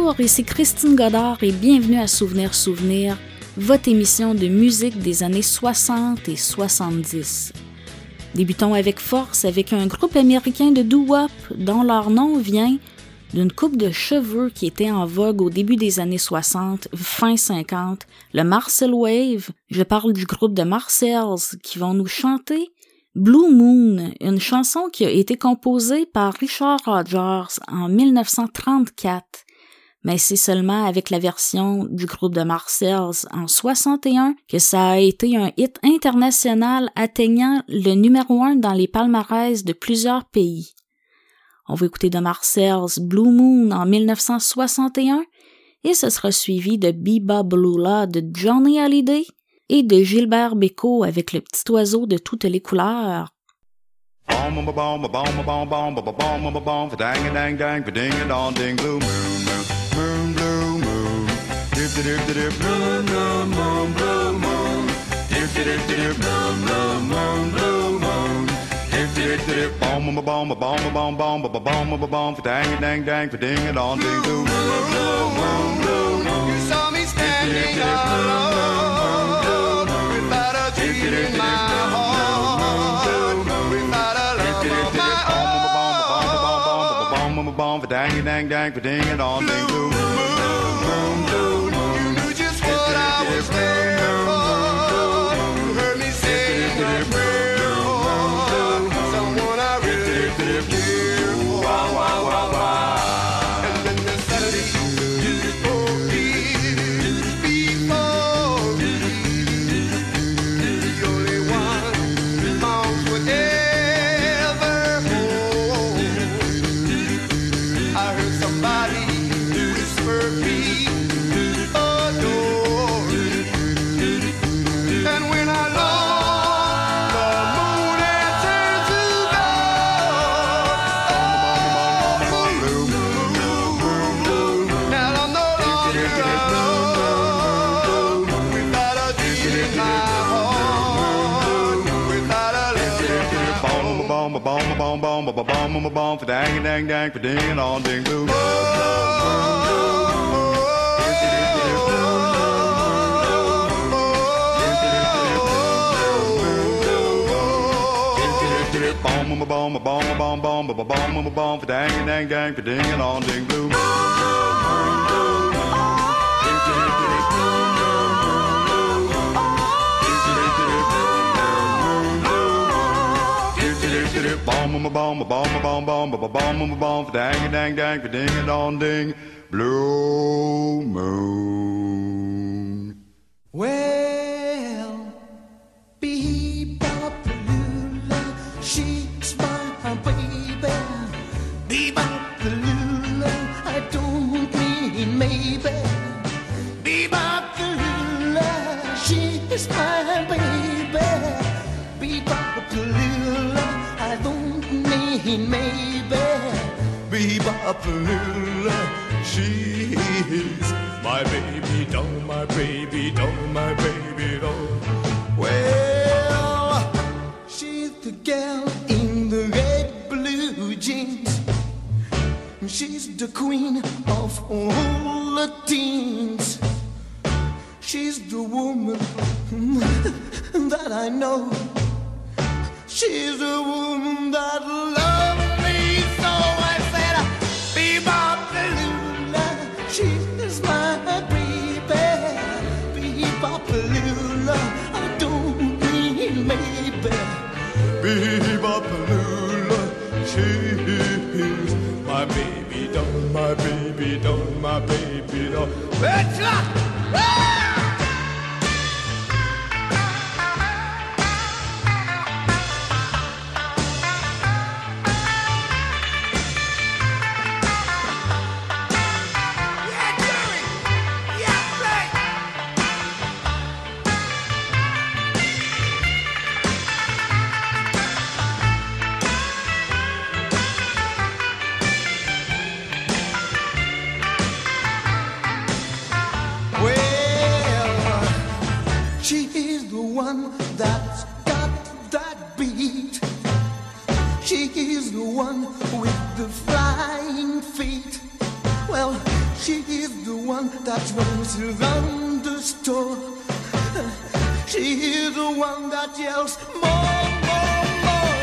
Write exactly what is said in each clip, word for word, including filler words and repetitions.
Bonjour, ici Christine Godard et bienvenue à Souvenir Souvenir, votre émission de musique des années soixante et soixante-dix. Débutons avec force avec un groupe américain de doo-wop dont leur nom vient d'une coupe de cheveux qui était en vogue au début des années soixante, fin cinquante, le Marcel Wave. Je parle du groupe de Marcels qui vont nous chanter Blue Moon, une chanson qui a été composée par Richard Rodgers en dix-neuf cent trente-quatre. Mais c'est seulement avec la version du groupe de Marcels en soixante et un que ça a été un hit international atteignant le numéro un dans les palmarès de plusieurs pays. On va écouter de Marcels Blue Moon en dix-neuf cent soixante et un et ce sera suivi de Be-Ba-Blula de Johnny Hallyday et de Gilbert Bécaud avec le petit oiseau de toutes les couleurs. Moon, blue moon, dip dip dip dip, moon, moon, moon, blue moon, dip dip dip, moon, moon, moon, blue moon, dip dip dip, bomb, bomb, bomb, bomb, bomb, bomb, bomb, bomb, bomb, dang, dang, dang, ding it on, ding, blue moon, blue moon, blue moon. You saw me standing alone, without a dream in my heart, without a love of my own. Bomb, dang, dang, dang, ding it on, ding, blue. Bomb, bomb, for dang, dang, dang, for ding it on, ding, blue. Bomb, bomb, bomb, bomb, bomb, bomb, bomb, bomb, for dang, dang, dang, for ding it on, ding, blue. Bomb, bomb, bomb, bomb, bomb, bomb, bomb, bomb, dang, dang, dang, ding, dong, ding, blue moon. Well, Be-Ba-Blula, she's my baby. Be-Ba-Blula, I don't mean maybe. Be-Ba-Blula, she's my baby. Be-Ba-Blula, I don't mean maybe. Be-Ba-Blula, she's my baby doll, my baby doll, my baby doll. Well, she's the girl in the red blue jeans. She's the queen of all the teens. She's the woman that I know. She's a woman that loves me so. I said, Be-Ba-Blula, she's my baby. Be-Ba-Blula, I don't mean maybe. Be-Ba-Blula, she's my baby doll, my baby doll, my baby doll. Betcha! That's got that beat. She is the one with the flying feet. Well, She is the one that runs around the store. She is the one that yells more, more, more.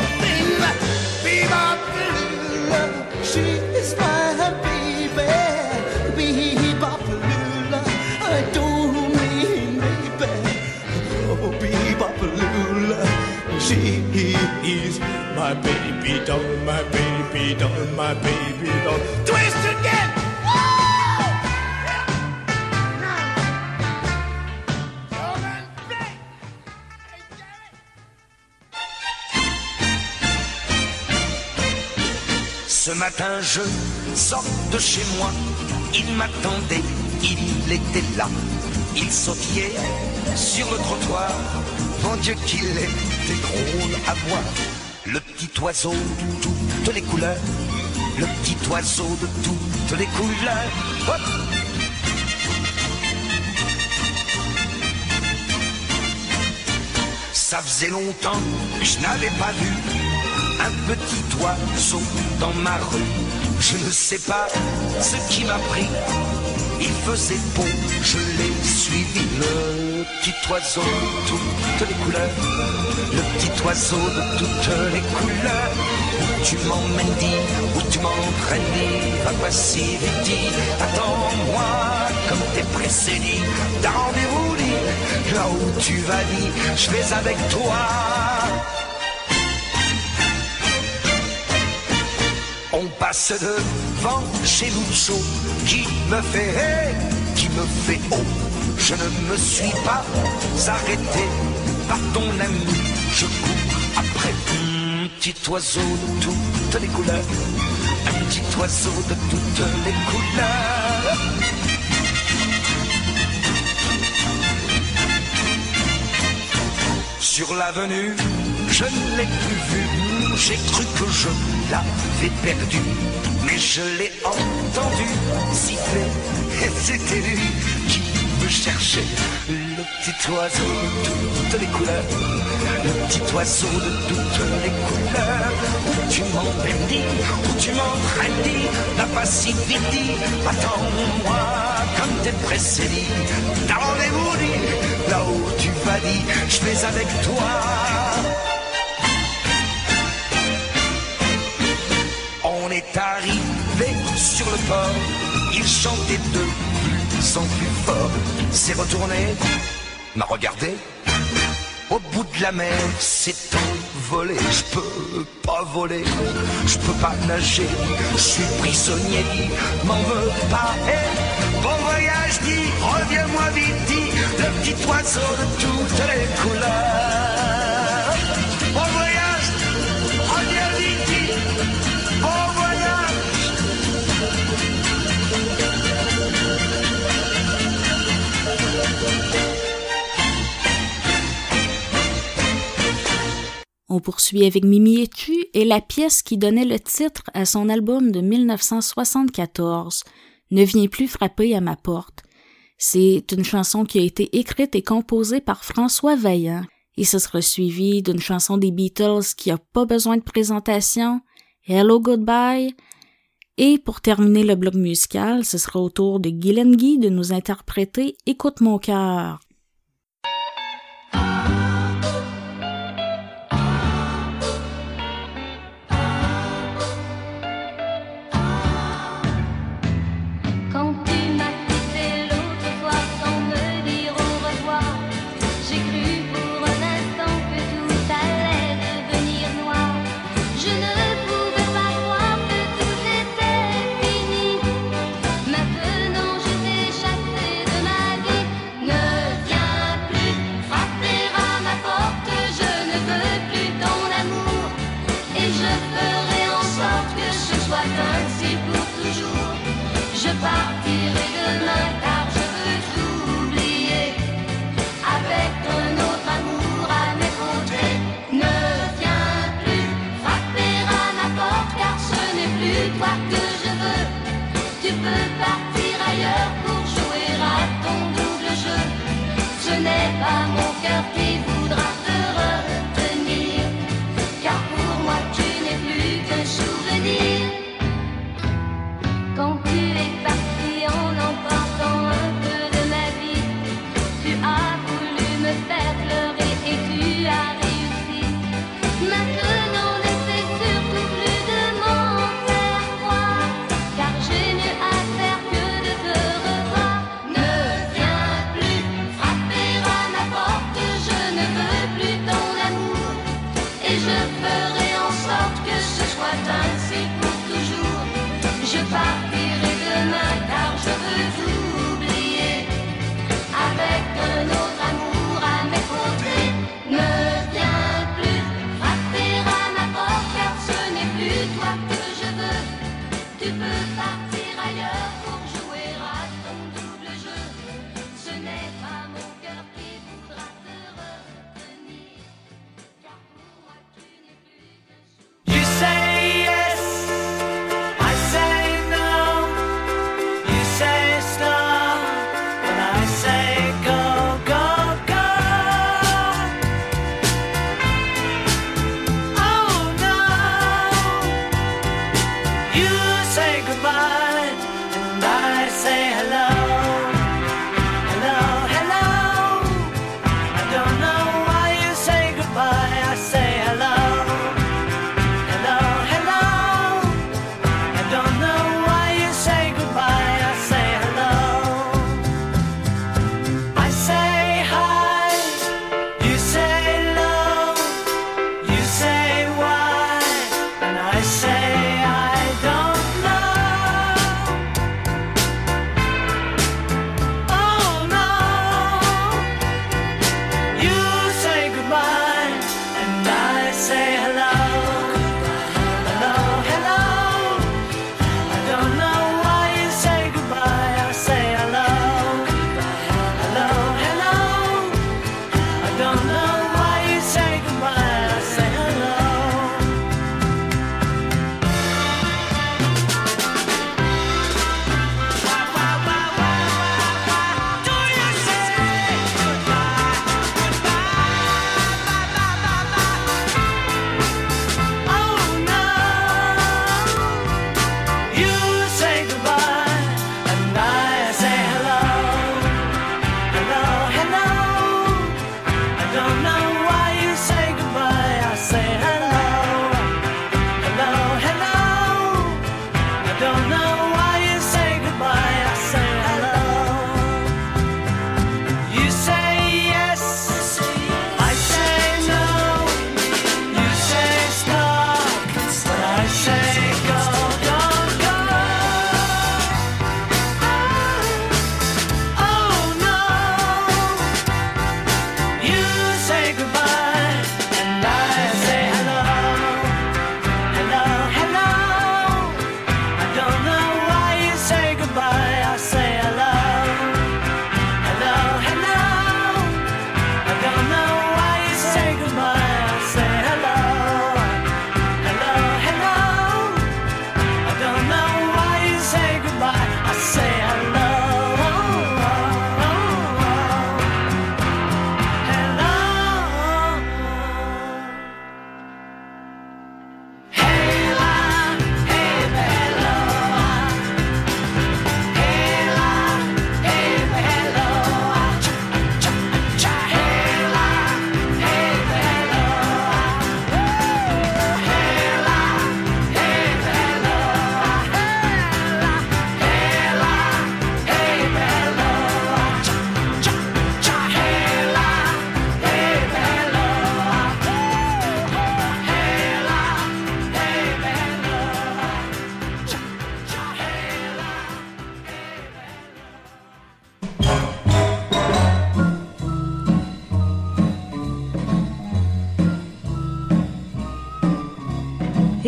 Bebop-a-lula, she is my baby. Bebop-a-lula, I don't mean baby. Oh, Bebop-a-lula, she is my baby doll, my baby doll, my baby doll. Twist again! Ce matin je sors de chez moi, il m'attendait, il était là. Il sautillait sur le trottoir, mon Dieu qu'il était drôle à voir. Le petit oiseau de toutes les couleurs, le petit oiseau de toutes les couleurs. Hop! Ça faisait longtemps que je n'avais pas vu un petit oiseau dans ma rue. Je ne sais pas ce qui m'a pris. Il faisait beau, je l'ai suivi. Le petit oiseau de toutes les couleurs, le petit oiseau de toutes les couleurs. Où tu m'emmènes, dis, où tu m'entraînes, dis, va pas si vite, dis, attends-moi comme t'es pressé, dis, t'as rendez-vous, dis, là où tu vas, dis, je vais avec toi. On passe devant chez Lucho, qui me fait hey, qui me fait oh. Je ne me suis pas arrêté par ton ami, je cours après. Un petit oiseau de toutes les couleurs, un petit oiseau de toutes les couleurs. Sur l'avenue, je ne l'ai plus vu, j'ai cru que je l'avais perdu, mais je l'ai entendu siffler, et c'était lui qui me cherchait. Le petit oiseau de toutes les couleurs, le petit oiseau de toutes les couleurs. Où tu m'emmènes, dis, où tu m'entraînes, dis, n'a pas si vite, dis, attends-moi comme t'es pressé, dis, t'as rendez-vous, dis, là où tu vas, dis, je vais avec toi. On est arrivé sur le port, il chantait de plus en plus fort. S'est retourné, m'a regardé, au bout de la mer, s'est envolé. Je peux pas voler, je peux pas nager, je suis prisonnier, m'en veux pas. Hey, bon voyage, dis, reviens-moi vite, dis, le petit oiseau de toutes les couleurs. Bon voyage, reviens vite, dis, bon voyage. On poursuit avec Mimi et tu et la pièce qui donnait le titre à son album de mille neuf cent soixante-quatorze, Ne viens plus frapper à ma porte. C'est une chanson qui a été écrite et composée par François Vaillant et ce sera suivi d'une chanson des Beatles qui a pas besoin de présentation, Hello Goodbye. Et pour terminer le bloc musical, ce sera au tour de Guylaine Guy de nous interpréter Écoute mon cœur. Maintenant je t'ai chassé de ma vie. Ne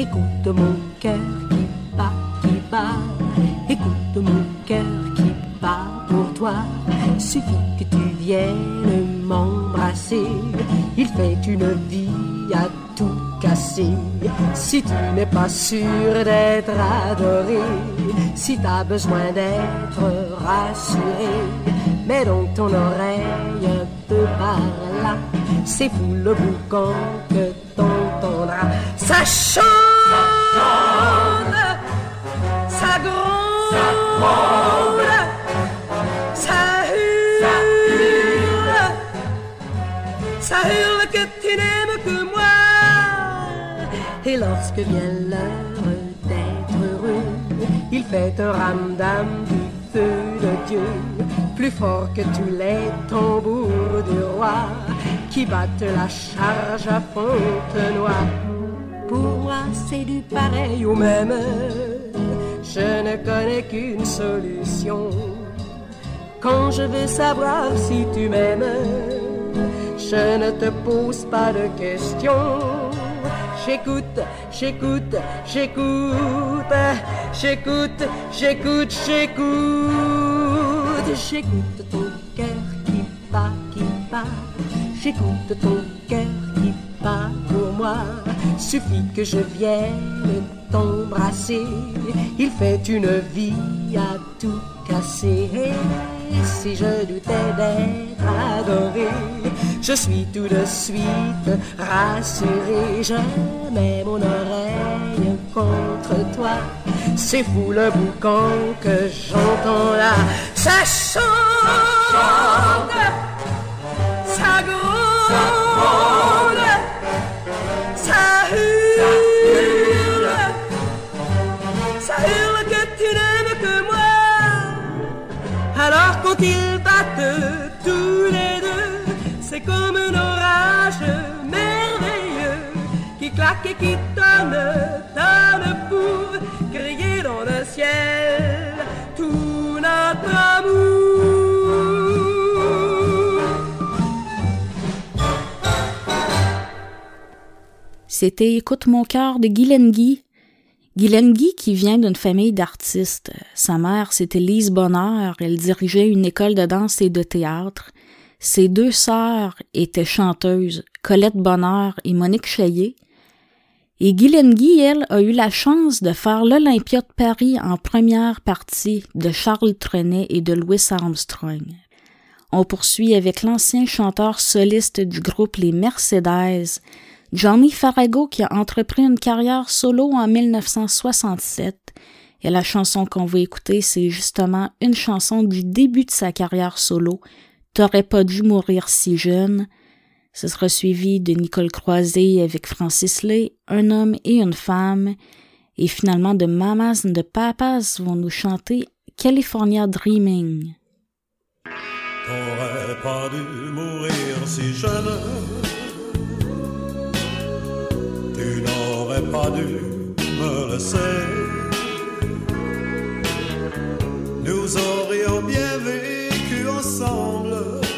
Écoute mon cœur qui bat, qui bat. Écoute mon cœur qui bat pour toi. Suffit que tu viennes m'embrasser. Il fait une vie à tout casser. Si tu n'es pas sûr d'être adoré, si t'as besoin d'être rassuré, mets donc ton oreille un peu par là. C'est fou le boucan que t'entendras. Ça chante, ça gronde, ça hurle, ça hurle que tu n'aimes que moi. Et lorsque vient l'heure d'être heureux, il fait un ramdam du feu de Dieu, plus fort que tous les tambours du roi qui battent la charge à Fontenoy. Pour moi c'est du pareil au même, je ne connais qu'une solution. Quand je veux savoir si tu m'aimes, je ne te pose pas de questions. J'écoute, j'écoute, j'écoute, j'écoute, j'écoute, j'écoute. J'écoute ton cœur qui bat, qui bat. J'écoute ton cœur qui bat pour moi. Suffit que je vienne t'embrasser. Il fait une vie à tout casser. Et si je doutais d'être adoré, je suis tout de suite rassuré. Je mets mon oreille contre toi. C'est fou le boucan que j'entends là. Ça chante, ça gronde, ça hurle, ça hurle que tu n'aimes que moi. Alors quand ils battent tous les deux, c'est comme un orage merveilleux qui claque et qui tonne, tonne pour crier dans le ciel tout notre amour. C'était Écoute mon cœur de Guylaine Guy. Guylaine Guy qui vient d'une famille d'artistes. Sa mère, c'était Lise Bonheur. Elle dirigeait une école de danse et de théâtre. Ses deux sœurs étaient chanteuses, Colette Bonheur et Monique Chaillet. Et Guylaine Guy, elle, a eu la chance de faire l'Olympia de Paris en première partie de Charles Trenet et de Louis Armstrong. On poursuit avec l'ancien chanteur soliste du groupe Les Mercedes, Johnny Farago, qui a entrepris une carrière solo en mille neuf cent soixante-sept. Et la chanson qu'on va écouter, c'est justement une chanson du début de sa carrière solo, T'aurais pas dû mourir si jeune. Ce sera suivi de Nicole Croisé avec Francis Lay, Un homme et une femme. Et finalement de Mamas and the Papas vont nous chanter California Dreaming. T'aurais pas dû mourir si jeune. Tu n'aurais pas dû me laisser. Nous aurions bien vécu ensemble,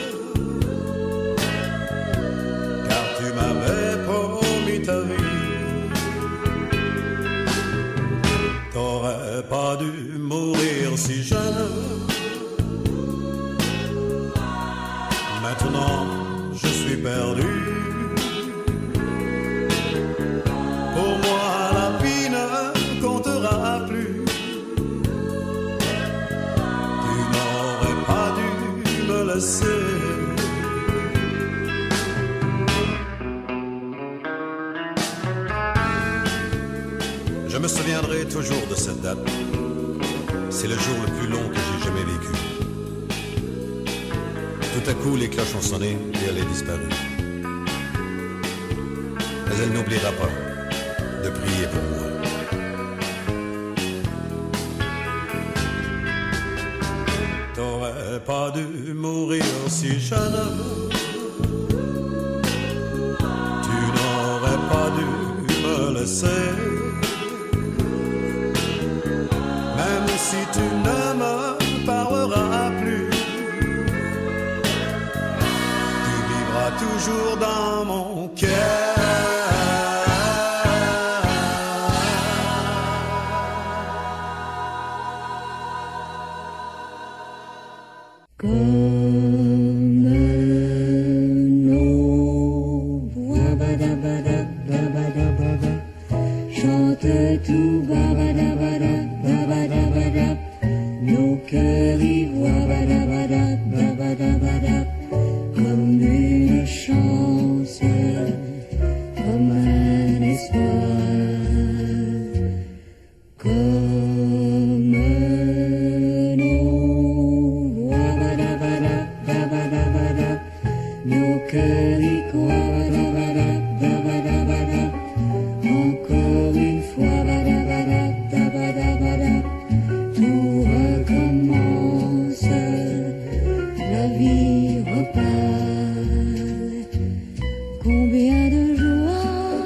car tu m'avais promis ta vie. T'aurais pas dû mourir si jeune. Maintenant, je suis perdu. Pour moi, la vie ne comptera plus. Tu n'aurais pas dû me laisser. Je me souviendrai toujours de cette date. C'est le jour le plus long que j'ai jamais vécu. Tout à coup, les cloches ont sonné et elle est disparue. Mais elle n'oubliera pas de prier pour moi. T'aurais pas dû mourir si jeune. Tu n'aurais pas dû me laisser. Même si tu ne me parleras plus, tu vivras toujours dans mon cœur. cœur y croit, badabada, badabada. Encore une fois, badabada, badabada. Tout recommence, la vie repart. Combien de joie,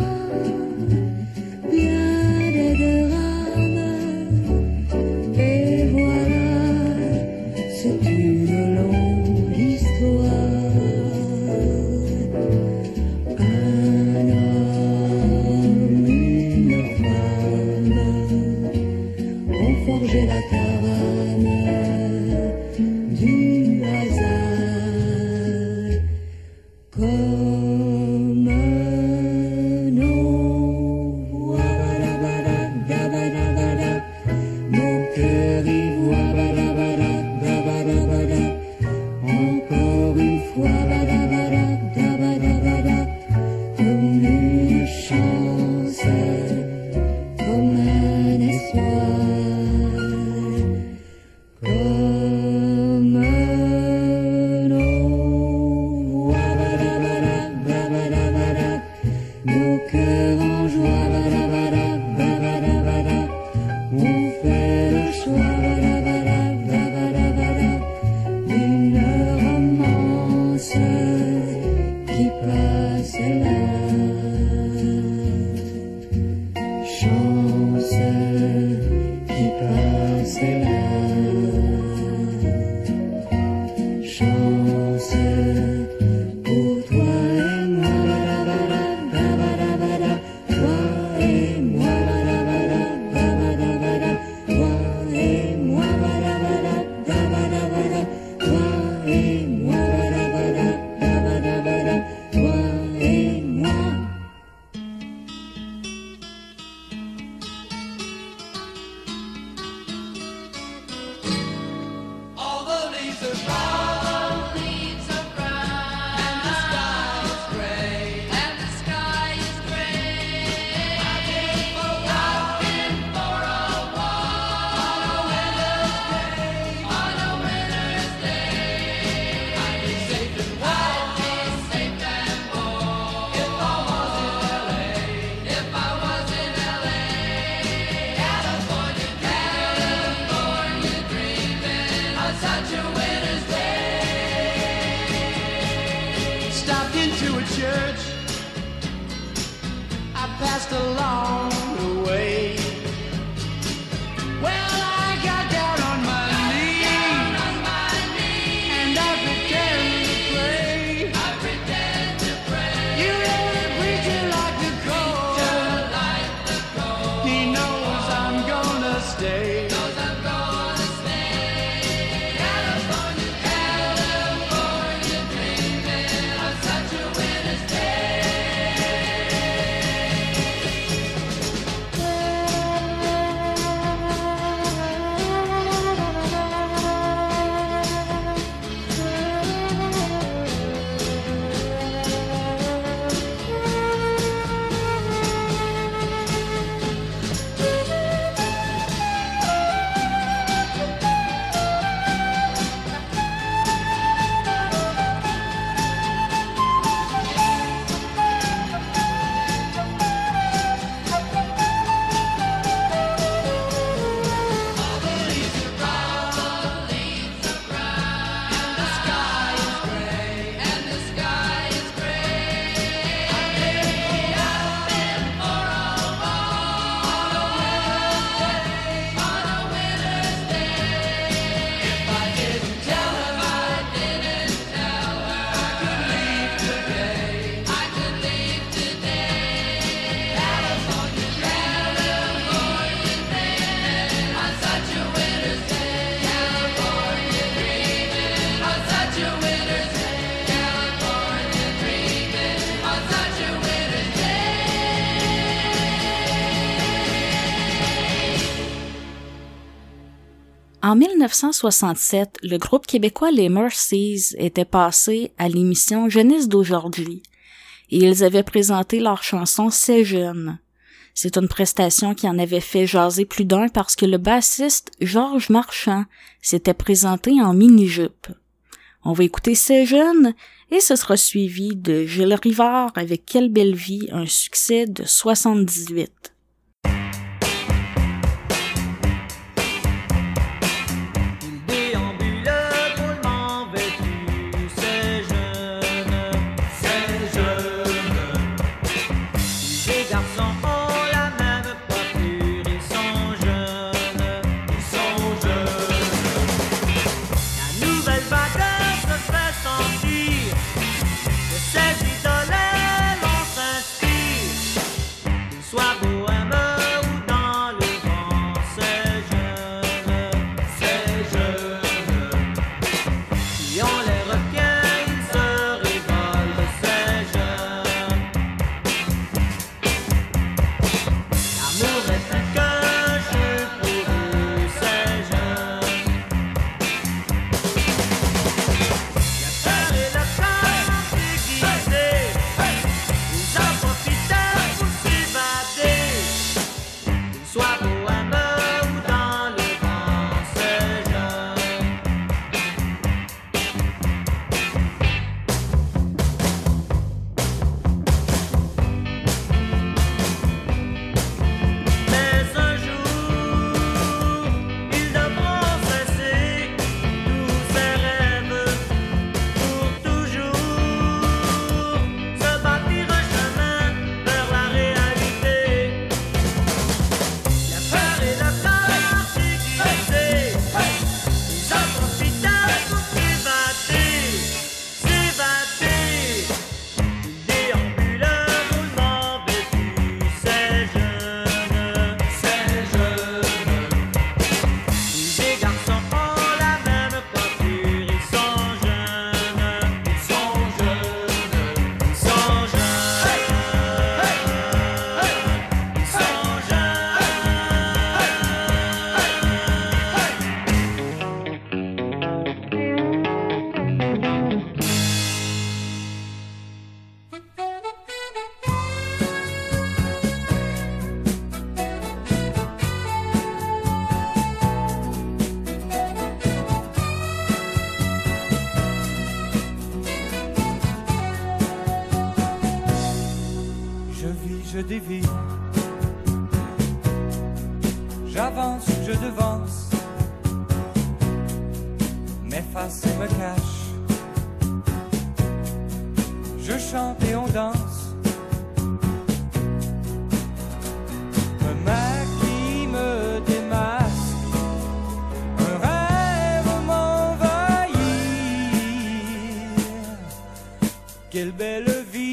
bien de drames, et voilà, c'est une longue histoire. Un homme, une femme ont forgé la caravane du hasard. Comme nos voix, badabada, badabada, nos cœurs y voient, badabada, badabada. Encore une fois, badabada, badabada, comme une chance, comme un espoir, comme nos voix, badabada, badabada, nos cœurs en joie, badabada, badabada, on fait le choix, badabada, badabada, d'une romance qui passe là. Chance qui passe là. Chance pour toi et moi, badabada, badabada, toi et moi, badabada, badabada, toi et moi, badabada, badabada, toi et moi, badabada, badabada, toi et moi. All the leaves are brown, leaves are brown, and the sky is gray, and the sky is gray. I've been for a walk, been for a walk on a winter's day, on a winter's day. I'd be safe and warm, I'd be safe and warm if I was in L A, if I was in L A. California, California dreaming on such a winter's day. Stopped into a church, I passed along the way. Well, I got down on my knees, and I pretend to pray. I pretend to pray. You know the preacher like the cold. He knows I'm gonna stay. Knows I'm gonna stay. California, California dreaming on such a winter's day. En dix-neuf cent soixante-sept, le groupe québécois Les Mercies était passé à l'émission Jeunesse d'aujourd'hui et ils avaient présenté leur chanson C'est jeune. C'est une prestation qui en avait fait jaser plus d'un parce que le bassiste Georges Marchand s'était présenté en mini-jupe. On va écouter C'est jeune Et ce sera suivi de Gilles Rivard avec Quelle belle vie, un succès de soixante-dix-huit. Je dévie, j'avance, je devance, m'efface et me cache, je chante et on danse, me maquille, me démasque, un rêve m'envahit, quelle belle vie.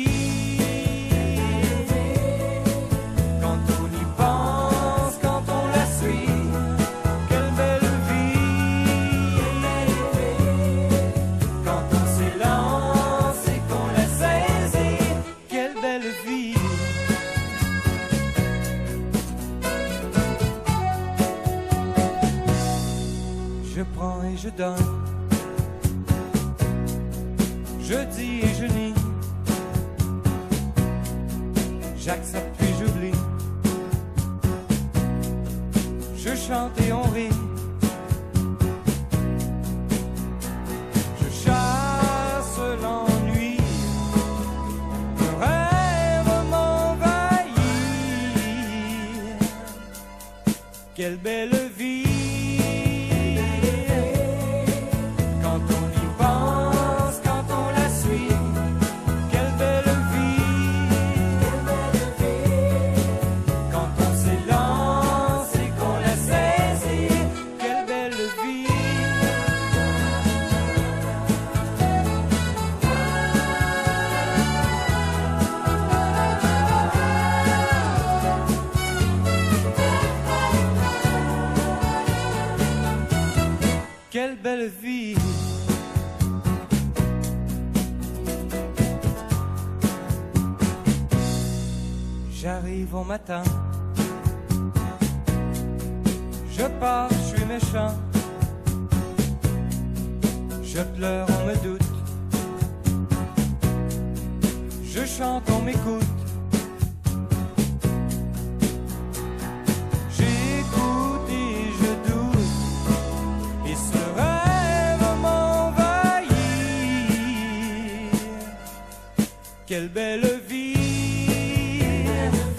Je donne, je dis et je nie, j'accepte puis j'oublie, je chante et on rit, je chasse l'ennui, le rêve m'envahit, quelle belle vie. Quelle belle vie. J'arrive au matin, je pars, je suis méchant, je pleure, on me doute, je chante, on m'écoute. J'écoute et je doute, et ce rêve m'envahit. quelle belle vie.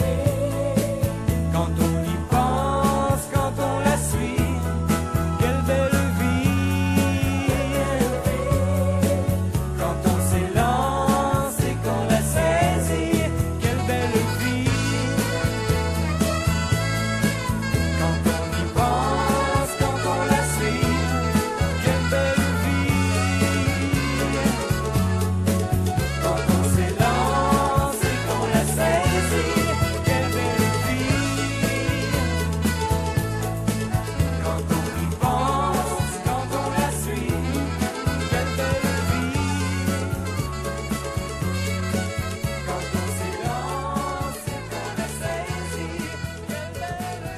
Quand on y pense, quand on la suit, quelle belle vie. Quand on s'élance et qu'on la saisit, quelle belle vie. Quand on y pense, quand on la suit, quelle belle vie. Quand on s'élance et qu'on la saisit, quelle belle vie. Quand on y pense, quand on la suit, quelle belle vie. Quand on s'élance et qu'on la saisit, quelle belle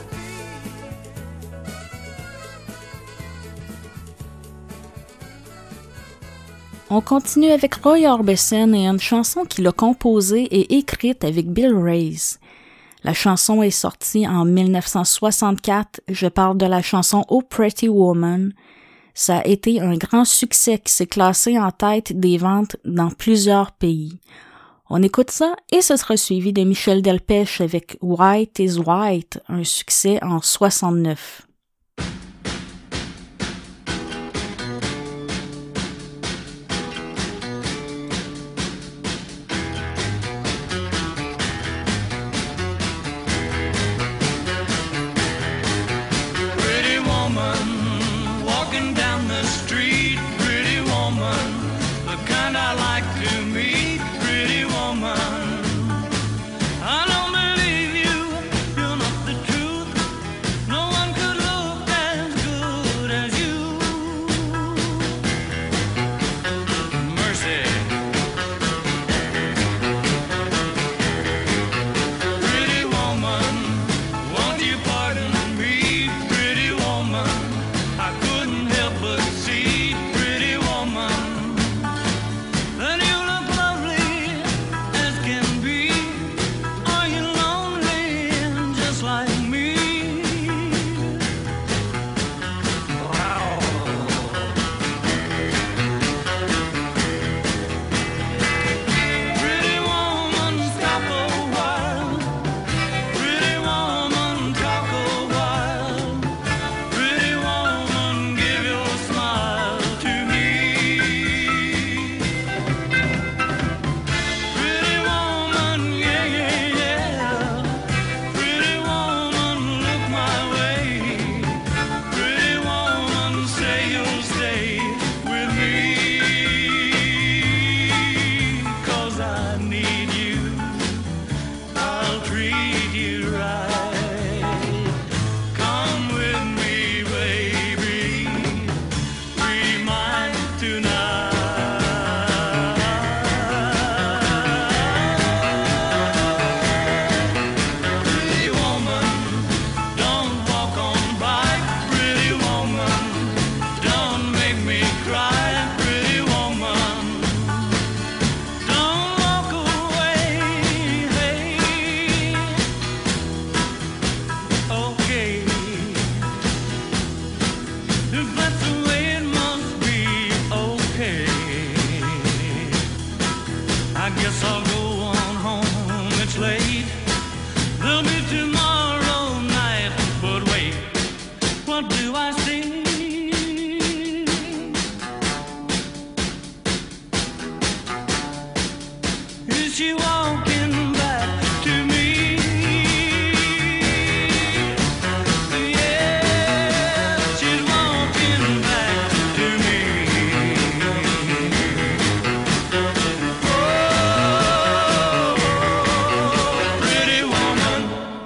vie. On continue avec Roy Orbison et une chanson qu'il a composée et écrite avec Bill Reyes. La chanson est sortie en dix-neuf cent soixante-quatre. Je parle de la chanson Oh Pretty Woman. Ça a été un grand succès qui s'est classé en tête des ventes dans plusieurs pays. On écoute ça et ce sera suivi de Michel Delpech avec White is White, un succès en soixante-neuf. Pretty woman, walking down the street. Pretty woman, the kind I like to meet. Pretty woman, I don't believe you, you're not the truth. No one could look as good as you. Mercy. Pretty woman, won't you pardon me? Pretty woman, I couldn't help but see. Pretty woman, that you look lovely as can be. Are you lonely just like me? Wow. Pretty woman, stop a while. Pretty woman, talk a while. Pretty woman, give your smile to me. Pretty woman, yeah, yeah, yeah. Pretty woman, look my way. Pretty woman, say you'll stay with me. 'Cause I need you, I'll treat you right. Come with me, baby, be mine tonight. Pretty woman, don't walk on by. Pretty woman, don't make me cry. Pretty woman, don't walk away. Hey, okay, if that's the way it must be, okay. I guess I'll go on home, it's late. There'll be tomorrow night, but wait, what do I see? Is she walking back to me? Yeah, she's walking back to me. Oh, pretty woman.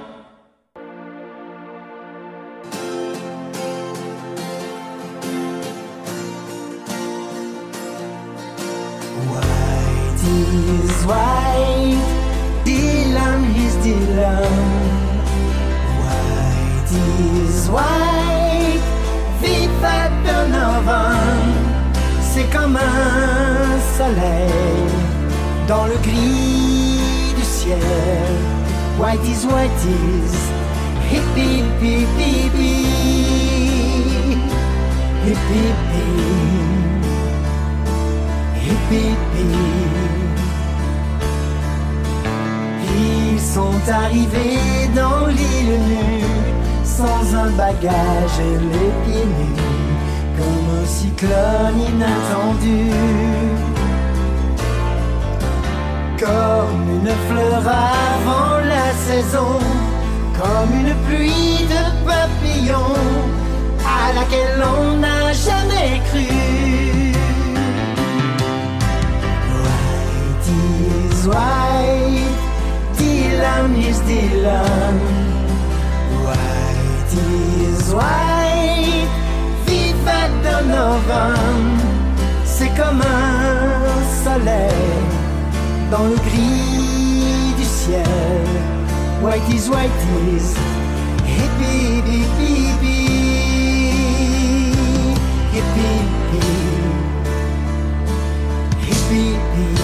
White is white, Dylan is Dylan. White is white, vive Donovan. C'est comme un soleil dans le gris du ciel. White is white is, hip hip hip hip hip, hip hip hip. Hip, hip, hip. sont arrivés dans l'île nue, sans un bagage et les pieds nus, comme un cyclone inattendu. Comme une fleur avant la saison, comme une pluie de papillons à laquelle on n'a jamais cru. White is white, Dylan is Dylan. White is white, viva Donovan. C'est comme un soleil dans le gris du ciel. White is white is hippie, hippie, hippie, hippie, hippie, hippie.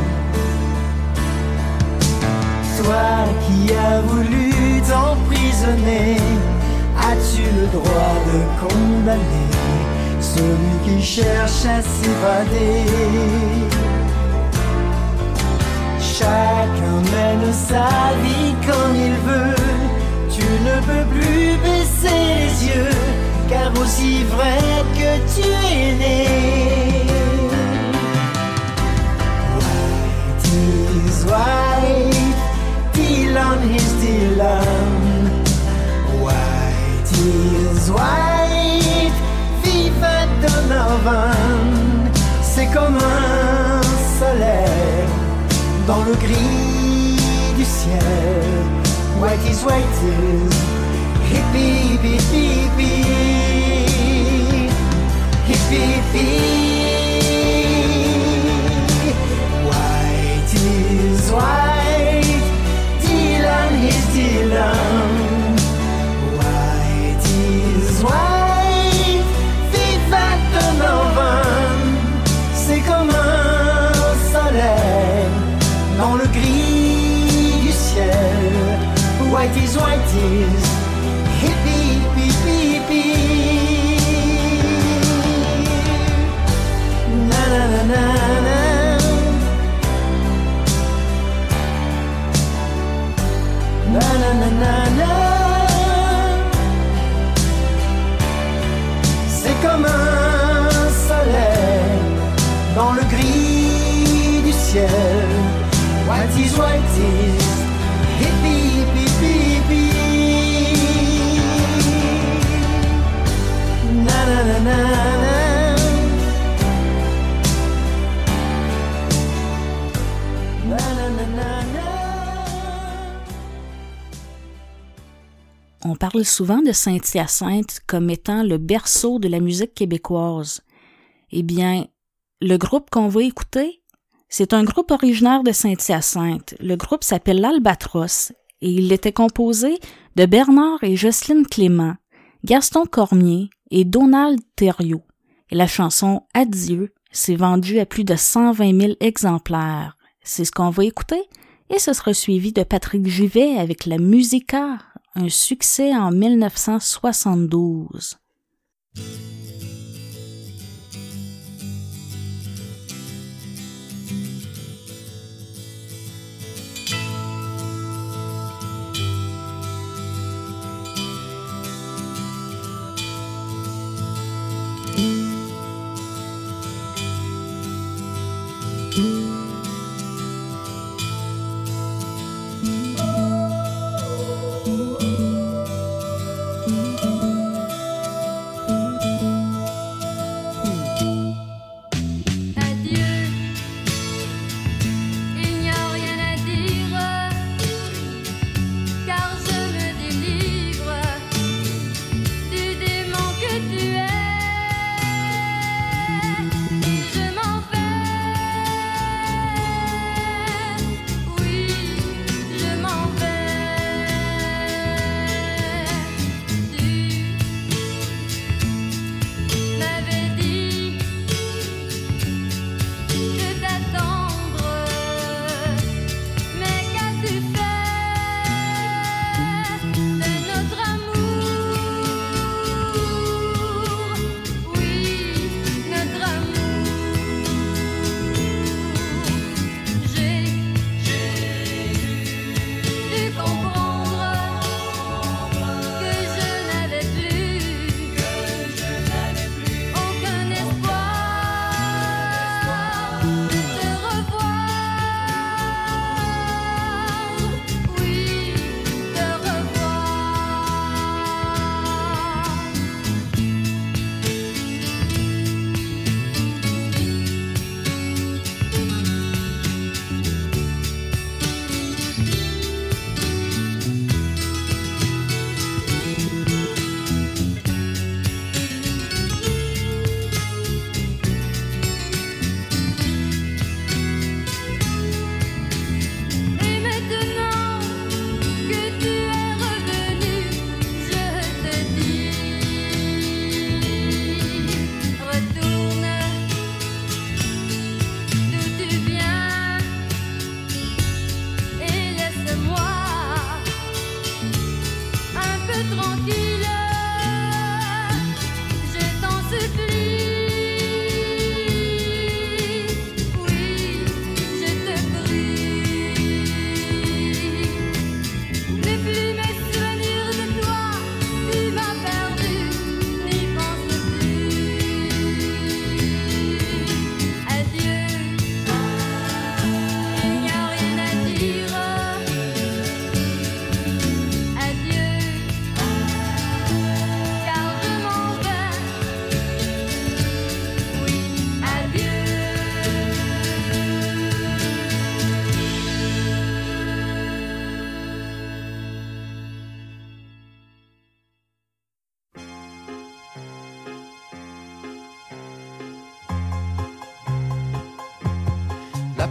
Toi qui as voulu t'emprisonner, as-tu le droit de condamner celui qui cherche à s'évader? Chacun mène sa vie comme il veut. Tu ne peux plus baisser les yeux, car aussi vrai que tu es né. White is white, Dylan is Dylan. White is white, viva Donovan. C'est comme un soleil dans le gris du ciel. White is white is hippie, hippie, hippie, hippie, hippie. White is white, Dylan is Dylan. White is white, viva Donovan. C'est comme un soleil dans le gris du ciel. White is white is hippie, hippie, hippie. Na na na na na. Na na na na na. C'est comme un soleil dans le gris du ciel. White is white is hippie, hippie, hippie. Na na na na na. Na na na na na. On parle souvent de Saint-Hyacinthe comme étant le berceau de la musique québécoise. Eh bien, le groupe qu'on va écouter, c'est un groupe originaire de Saint-Hyacinthe. Le groupe s'appelle l'Albatros et il était composé de Bernard et Jocelyne Clément, Gaston Cormier et Donald Thériault. Et la chanson « Adieu » s'est vendue à plus de cent vingt mille exemplaires. C'est ce qu'on va écouter et ce sera suivi de Patrick Givet avec la Musica, un succès en mille neuf cent soixante-douze.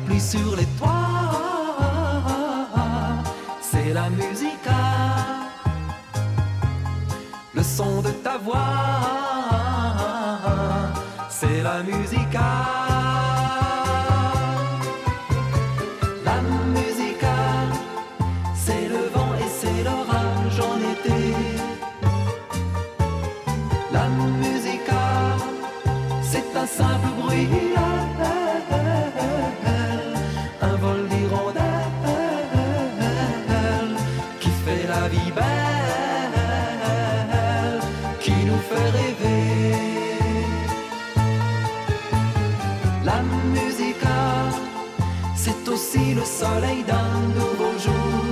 pluie sur les toits, c'est la musica. Le son de ta voix, c'est la musica. La musica, c'est le vent et c'est l'orage en été. La musica, c'est un simple bruit, un vol d'hirondelles qui fait la vie belle, qui nous fait rêver. La musica, c'est aussi le soleil d'un nouveau jour.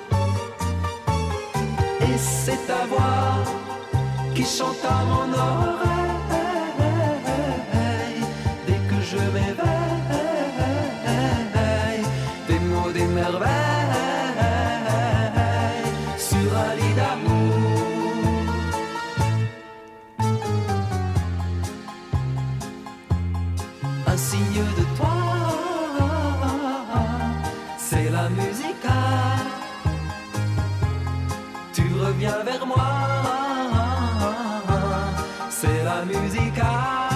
Et c'est ta voix qui chante à mon oreille dès que je m'éveille. Des mots, des merveilles sur un lit d'amour. Un signe de toi, c'est la musica. Tu reviens vers moi, c'est la musica.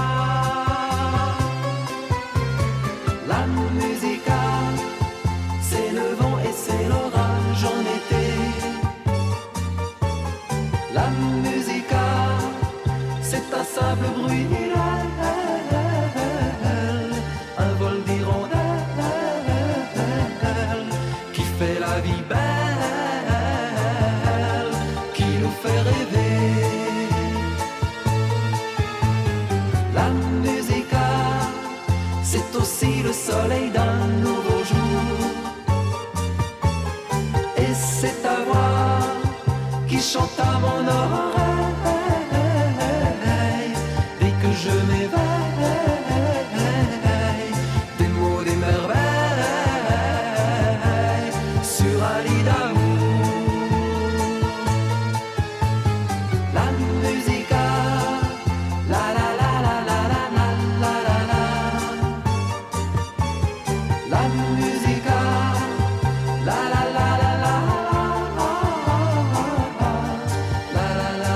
La musica, c'est le vent et c'est l'orage en été. La musica, c'est un simple bruit, un vol d'hirondelles qui fait la vie belle, qui nous fait rêver. La musica, c'est aussi le soleil d'un nouveau jour. Et c'est ta voix qui chante à mon oreille dès que je m'éveille. Des mots, des merveilles sur un lit d'amour. La musica, la la la la la la la la la la. La musica, la la la la la la la la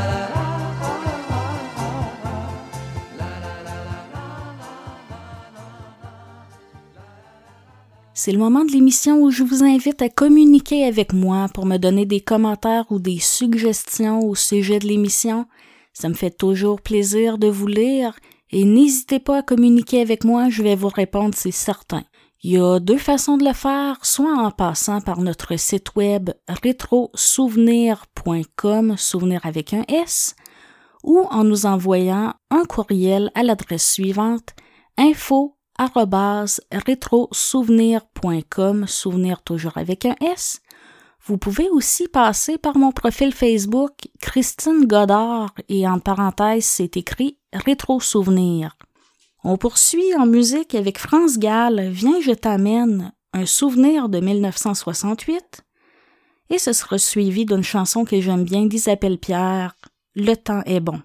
C'est le moment de l'émission où je vous invite à communiquer avec moi pour me donner des commentaires ou des suggestions au sujet de l'émission. Ça me fait toujours plaisir de vous lire et n'hésitez pas à communiquer avec moi, je vais vous répondre, c'est certain. Il y a deux façons de le faire, soit en passant par notre site web rétro souvenir point com, souvenir avec un S, ou en nous envoyant un courriel à l'adresse suivante info arobase rétro souvenir point com, souvenir toujours avec un S. Vous pouvez aussi passer par mon profil Facebook Christine Godard et en parenthèse c'est écrit Rétro Souvenir. On poursuit en musique avec France Gall, Viens je t'amène, un souvenir de mille neuf cent soixante-huit, et ce sera suivi d'une chanson que j'aime bien d'Isabelle Pierre, Le temps est bon.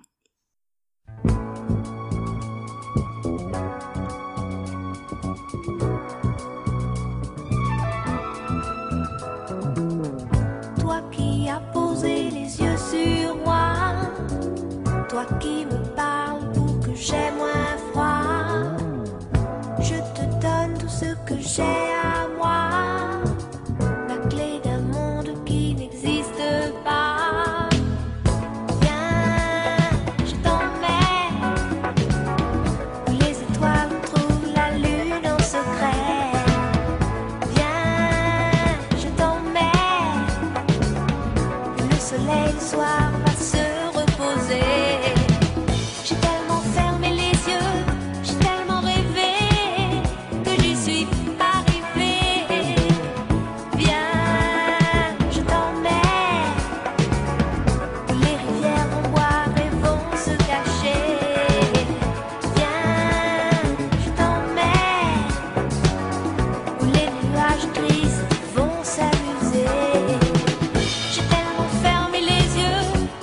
Toi qui as posé les yeux sur moi, toi qui me parles pour que j'aie moins froid, je te donne tout ce que j'ai à moi, la clé d'un monde qui n'existe pas. Viens, je t'emmène où les étoiles trouvent la lune en secret. Viens, je t'emmène où le soleil le soir va se reposer. J'ai tellement fermé les yeux, j'ai tellement rêvé que j'y suis arrivée. Viens, je t'emmène où les rivières vont boire et vont se cacher. Viens, je t'emmène où les nuages tristes vont s'amuser. J'ai tellement fermé les yeux,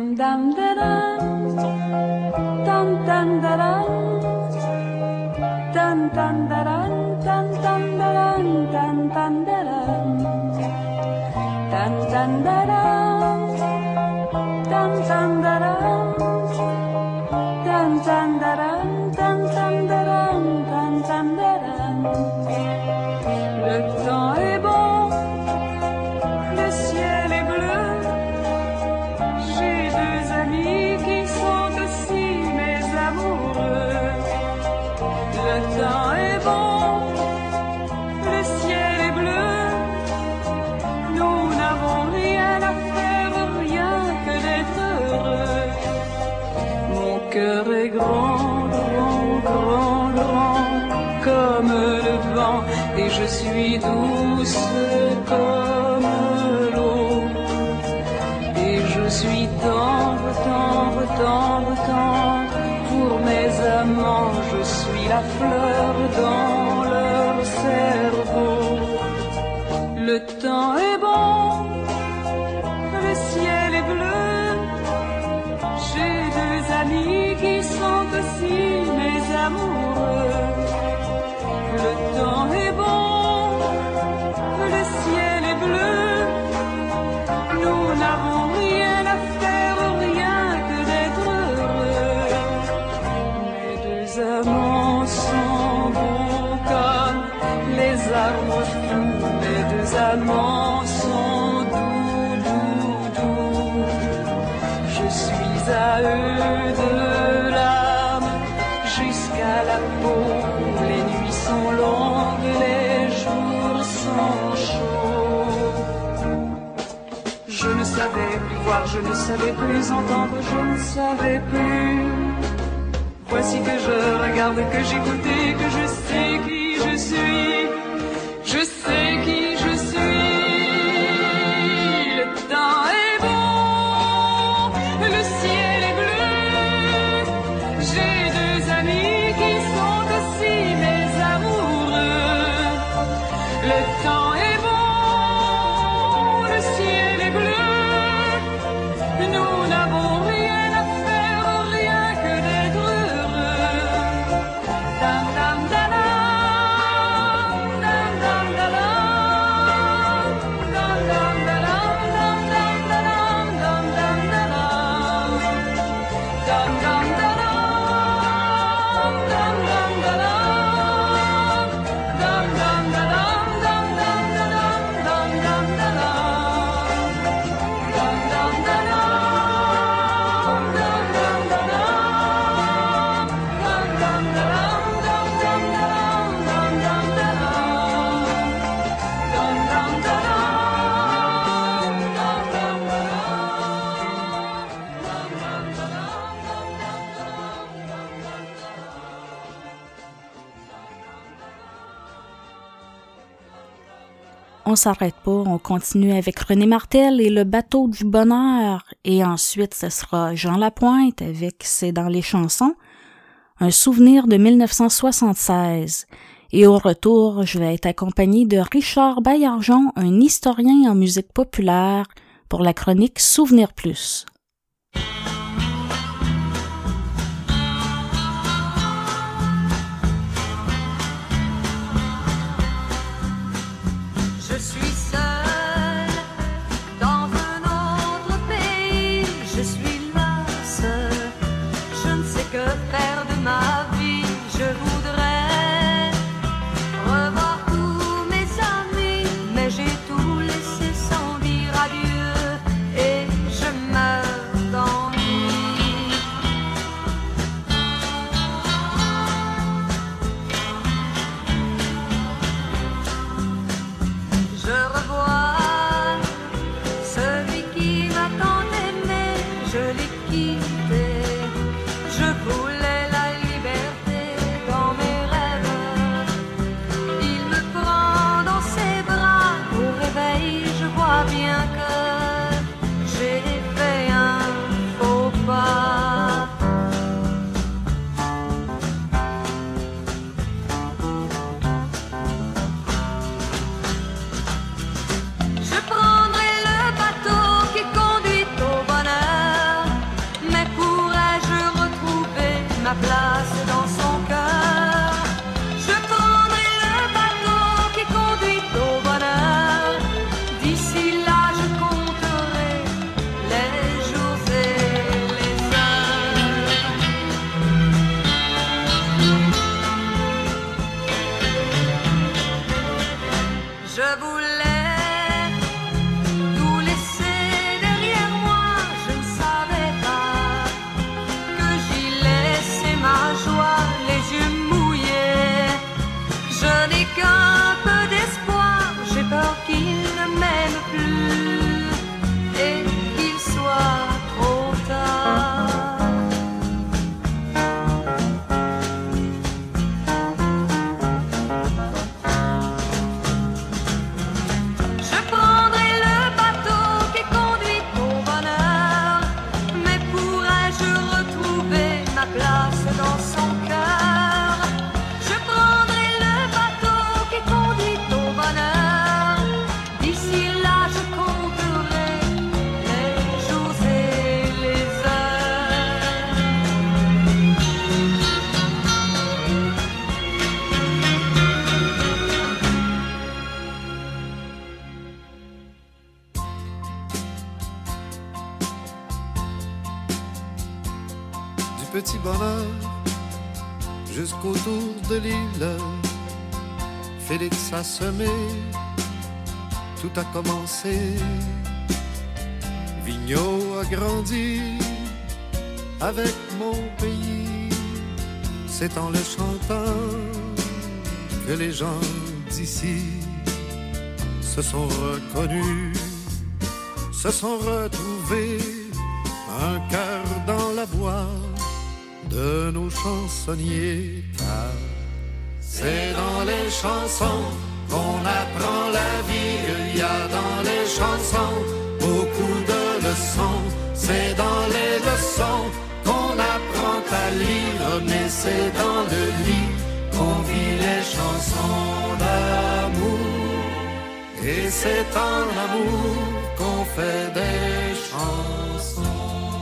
dam da dam, dam dam da dam, dam dam da dam, dam dam da dam, dam dam da dam, dam dam da dam, dam dam da dam, dam dam da dam, dam dam da dam, dam dam da dam. Le temps est bon, le ciel est bleu. J'ai deux amis qui sont aussi mes amoureux. Le temps est bon, le ciel est bleu. Nous n'avons rien à faire, rien que d'être heureux. Mon cœur est grand, grand, grand, grand, comme le vent, et je suis douce comme l'eau. Et je suis tendre, tendre, tendre, tendre pour mes amants. Je suis la fleur dans leur cerveau. Le temps est bon, le ciel est bleu. J'ai deux amis qui sont aussi mes amoureux. Le temps est bon, le ciel est bleu. Nous n'avons rien à faire, rien que d'être heureux. Mes deux amants sont beaux comme les arbres fous. Mes deux amants sont doux, doux, doux. Je suis à eux de l'âme jusqu'à la peau. Les nuits sont longues, les jours sont chauds. Je ne savais plus voir, je ne savais plus entendre, je ne savais plus. Voici que je regarde, que j'écoute et que je sais qui je suis. Je sais qui je suis. Le temps est bon, le ciel est bleu. J'ai deux amis qui sont aussi mes amoureux. Le temps est bon, le ciel est bleu. Nous n'avons rien à faire, rien que d'être heureux. Dam dam da dam, dam dam da dam, dam dam da dam, dam dam da dam, dam dam da dam, dam dam da dam, dam dam da dam, dam dam da dam, dam dam da dam, dam dam da dam, dam dam da dam. On s'arrête pas, on continue avec René Martel et le bateau du bonheur, et ensuite ce sera Jean Lapointe avec C'est dans les chansons, un souvenir de mille neuf cent soixante-seize. Et au retour, je vais être accompagnée de Richard Baillargeon, un historien en musique populaire, pour la chronique Souvenir Plus. Je suis seule dans un autre pays, je suis là seule, je ne sais que faire de ma vie, je voudrais revoir tous mes amis, mais j'ai tout laissé sans dire adieu et je meurs n'ai qu'un peu d'espoir. J'ai peur qu'il ne m'aime plus et qu'il soit trop tard. Je prendrai le bateau qui conduit au bonheur, mais pourrais-je retrouver ma place dans son cœur? Je prendrai le bateau qui conduit au bonheur. D'ici là, je compterai les jours et les heures. Du petit bonheur jusqu'au tour de l'île, Félix a semé, tout a commencé. Vigneault a grandi avec mon pays. C'est en le chantant que les gens d'ici se sont reconnus, se sont retrouvés, un cœur dans la voix de nos chansonniers, car c'est dans les chansons qu'on apprend la vie. Il y a dans les chansons beaucoup de leçons. C'est dans les leçons qu'on apprend à lire, mais c'est dans le lit qu'on vit les chansons d'amour. Et c'est en amour qu'on fait des chansons.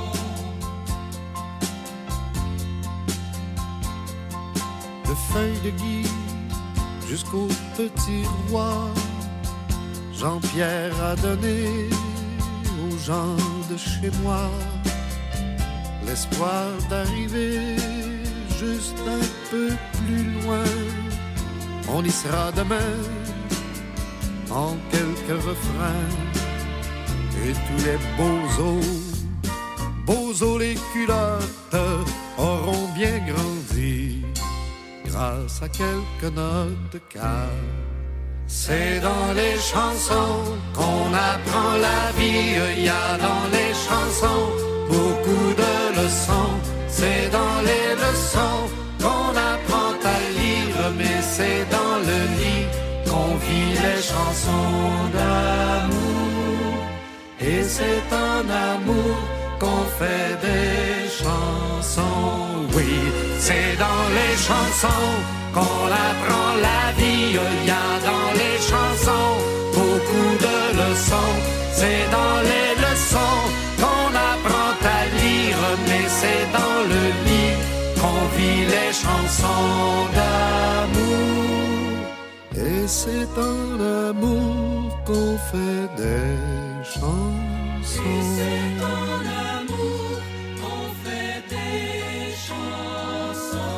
De feuilles de gui jusqu'au petit roi, Jean-Pierre a donné aux gens de chez moi l'espoir d'arriver juste un peu plus loin. On y sera demain en quelques refrains, et tous les beaux os, beaux os les culottes auront bien grandi grâce à quelques notes, car c'est dans les chansons qu'on apprend la vie. Il y a dans les chansons beaucoup de leçons. C'est dans les leçons qu'on apprend à lire, mais c'est dans le lit qu'on vit les chansons d'amour. Et c'est en amour qu'on fait des chansons. Oui, c'est dans les chansons qu'on apprend la vie. Il y a dans les chansons beaucoup de leçons. C'est dans les leçons qu'on apprend à lire, mais c'est dans le lit qu'on vit les chansons d'amour. Et c'est en amour qu'on fait des chansons. Et c'est en amour qu'on fait des chansons.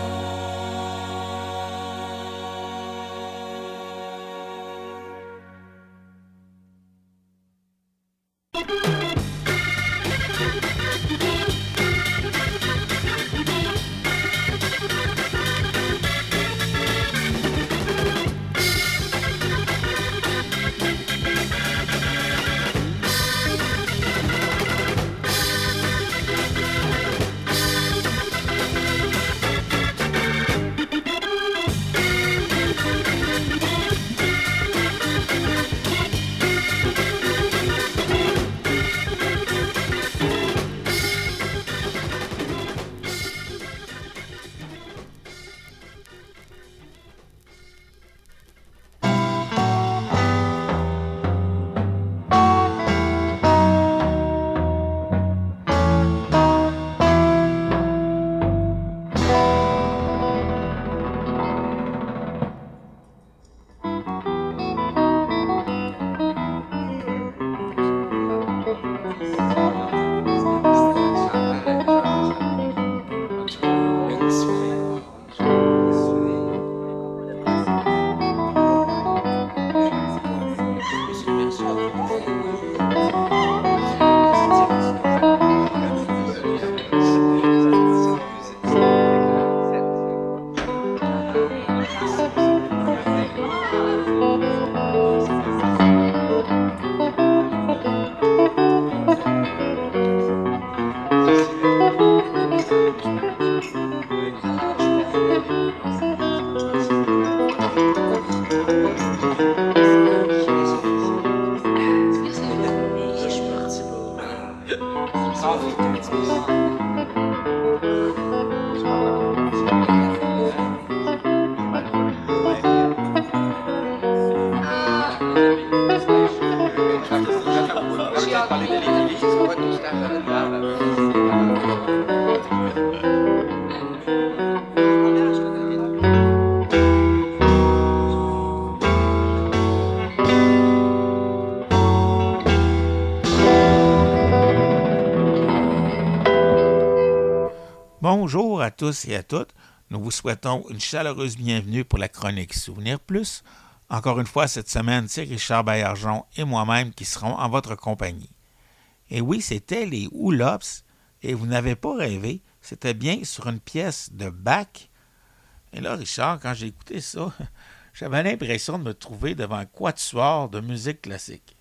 Bonjour à tous et à toutes. Nous vous souhaitons une chaleureuse bienvenue pour la chronique Souvenir Plus. Encore une fois, cette semaine, c'est Richard Baillargeon et moi-même qui serons en votre compagnie. Et oui, c'était les Houlops, et vous n'avez pas rêvé, c'était bien sur une pièce de Bach. Et là, Richard, quand j'ai écouté ça, j'avais l'impression de me trouver devant un quatuor de musique classique.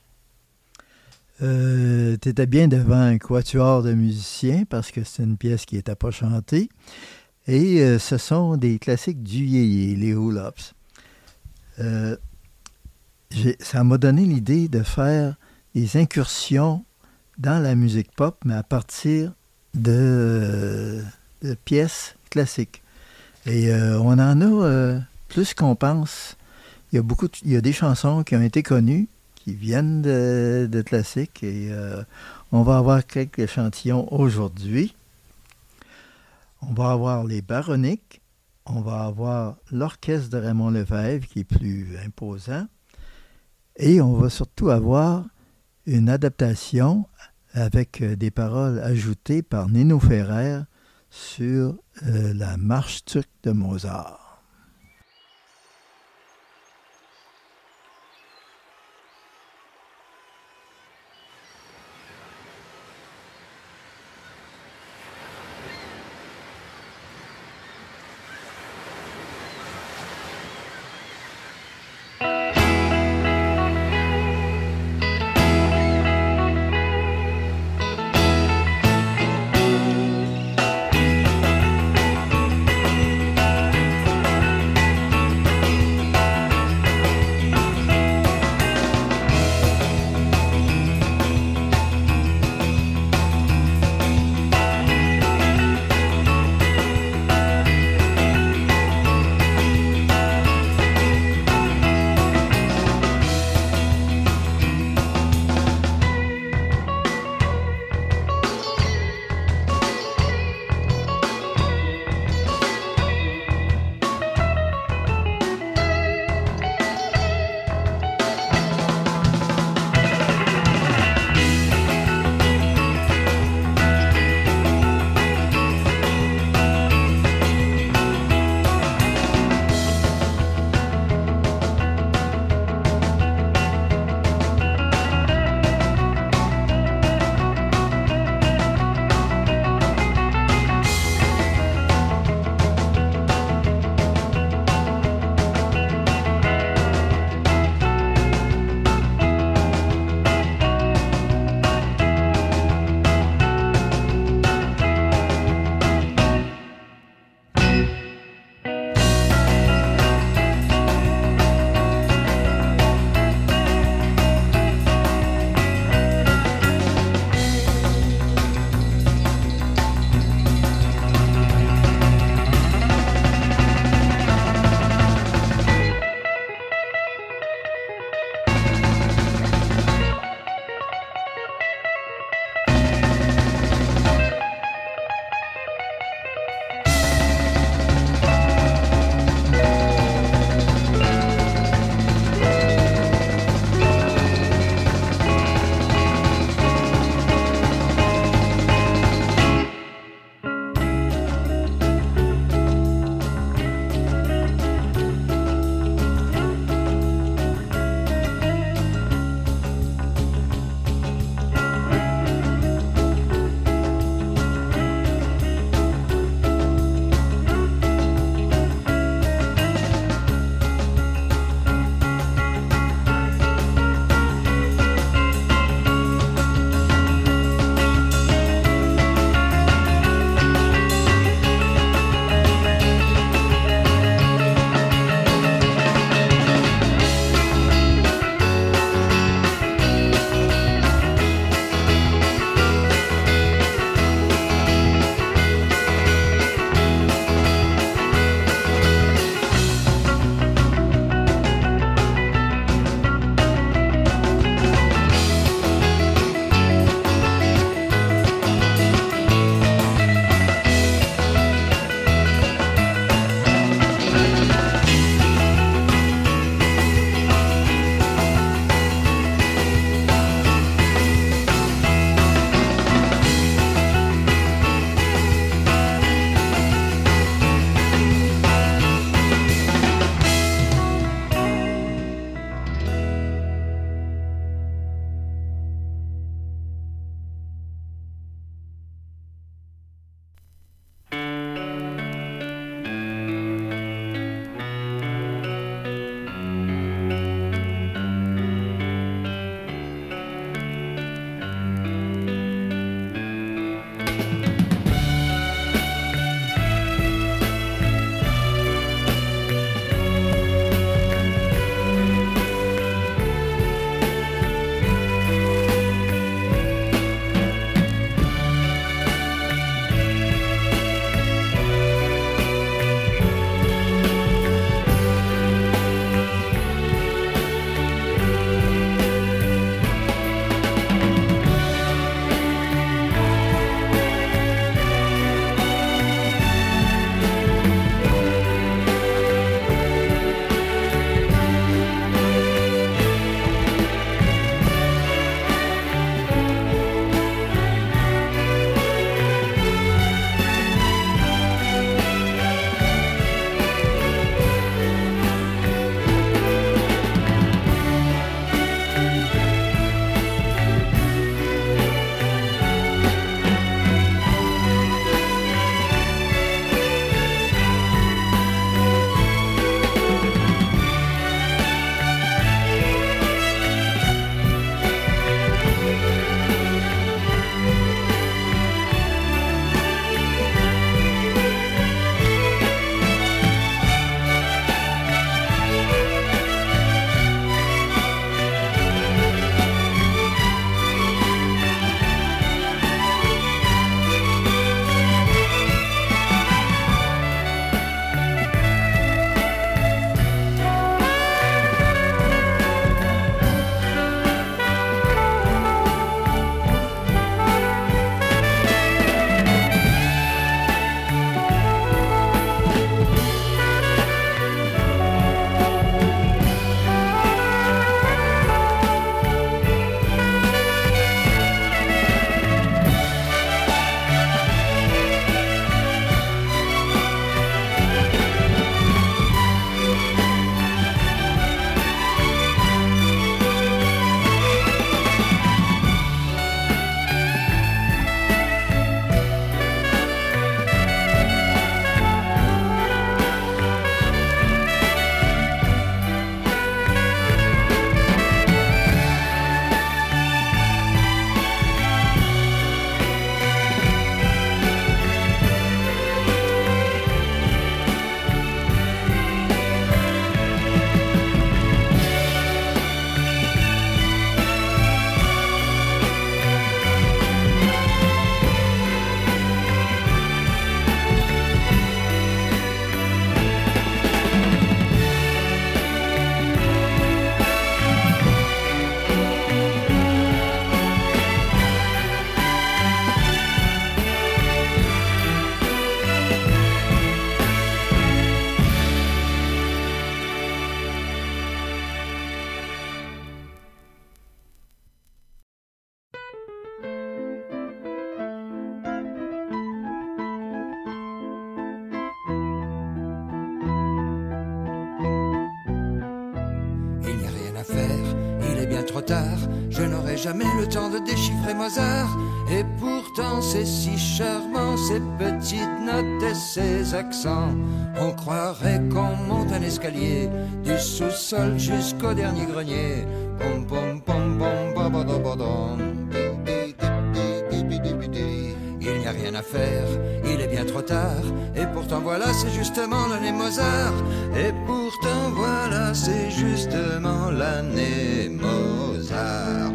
Euh, tu étais bien devant un quatuor de musiciens parce que c'est une pièce qui n'était pas chantée. Et euh, ce sont des classiques du yéyé, les Houlops. Euh, ça m'a donné l'idée de faire des incursions dans la musique pop, mais à partir de, de pièces classiques. Et euh, on en a euh, plus qu'on pense. Il y a beaucoup, de, il y a des chansons qui ont été connues, qui viennent de, de classiques, et euh, on va avoir quelques échantillons aujourd'hui. On va avoir les Baroniques, on va avoir l'orchestre de Raymond Lefebvre, qui est plus imposant, et on va surtout avoir une adaptation avec des paroles ajoutées par Nino Ferrer sur euh, la marche turque de Mozart. Thank trop tard, je n'aurai jamais le temps de déchiffrer Mozart. Et pourtant c'est si charmant, ces petites notes et ces accents. On croirait qu'on monte un escalier, du sous-sol jusqu'au dernier grenier. Pom pom pom pom ba ba da ba dam. Il n'y a rien à faire, il est bien trop tard. Et pourtant voilà, c'est justement l'année Mozart. Et pourtant voilà, c'est justement l'année Mozart.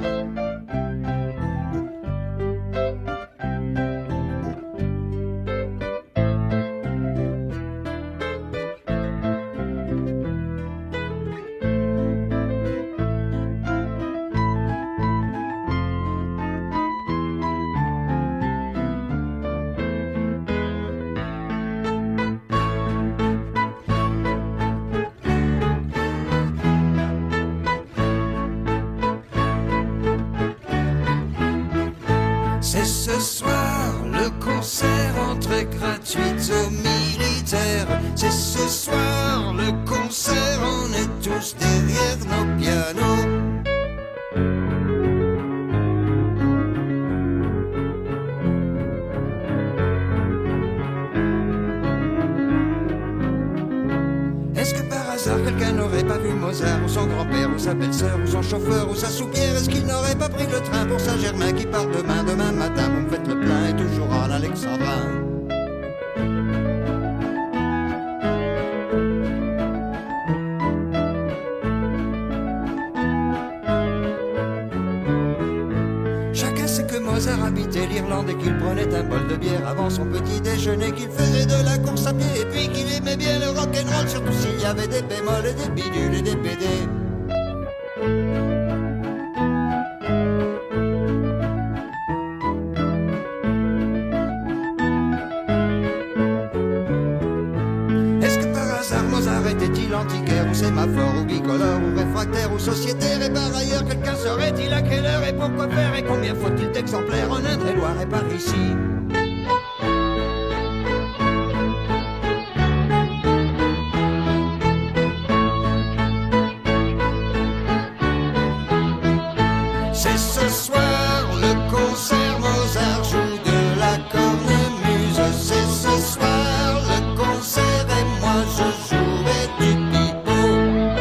C'est ce soir le concert, entrée gratuite aux militaires. C'est ce soir le concert, on est tous derrière nos pianos. Est-ce que par hasard quelqu'un n'aurait pas vu Mozart, ou son grand-père, ou sa belle-sœur, ou son chauffeur, ou sa soupière? Est-ce qu'il n'aurait pas pris le train pour Saint-Germain qui part demain, demain matin? Vous me faites le plein et toujours en alexandrin. Chacun sait que Mozart habitait l'Irlande et qu'il prenait un bol de bière avant son petit déjeuner, qu'il faisait de la course à pied et puis qu'il aimait bien le rock'n'roll, surtout s'il y avait des bémols et des bidules et des B D. Est-ce que par hasard Mozart était-il antiquaire ou sémaphore ou bicolore ou réfractaire ou sociétaire? Et par ailleurs quelqu'un saurait-il à quelle heure et pourquoi faire et combien faut-il d'exemplaires en Indre-et-Loire et par ici? C'est ce soir le concert, Mozart joue de la cornemuse. C'est ce soir le concert et moi je jouerai du pipeau.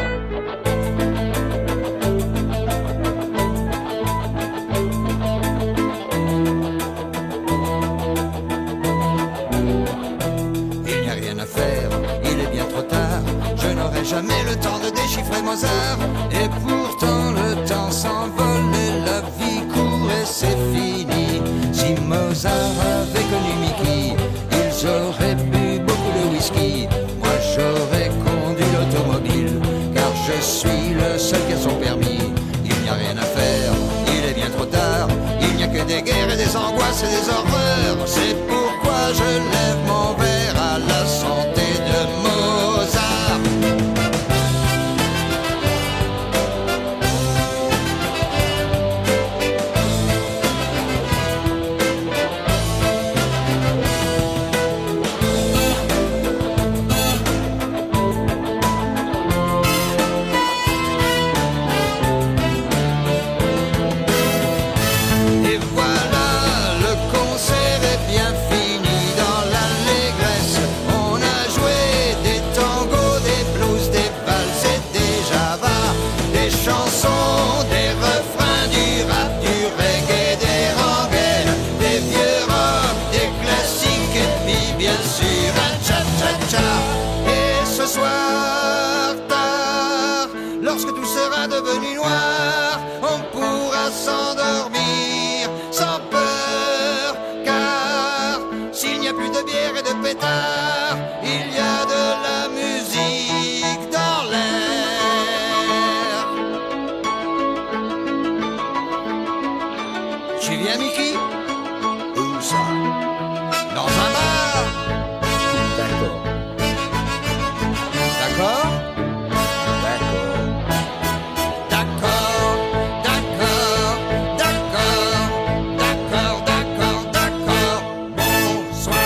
Il n'y a rien à faire, il est bien trop tard. Je n'aurai jamais le temps de déchiffrer Mozart. Et pourtant le temps s'envole et la vie court et c'est fini. Si Mozart avait connu Mickey, ils auraient bu beaucoup de whisky. Moi j'aurais conduit l'automobile, car je suis le seul qui a son permis. Il n'y a rien à faire, il est bien trop tard. Il n'y a que des guerres et des angoisses et des horreurs. C'est pourquoi je lève mon verre à la santé de Mozart. Et voilà, le concert est bien fini dans l'allégresse. On a joué des tangos, des blues, des valses et des javas, des chansons, des refrains, du rap, du reggae, des rengaines, des vieux rock, des classiques et puis bien sûr un cha-cha-cha. Et ce soir tard, lorsque tout sera devenu noir, on pourra s'endormir sans peur, car s'il n'y a plus de bière et de pétard, il y a de la musique dans l'air. Tu viens, Mickey? Où ça? Dans un bar? D'accord. D'accord? D'accord. D'accord, d'accord, d'accord, d'accord, d'accord, d'accord. Bonsoir.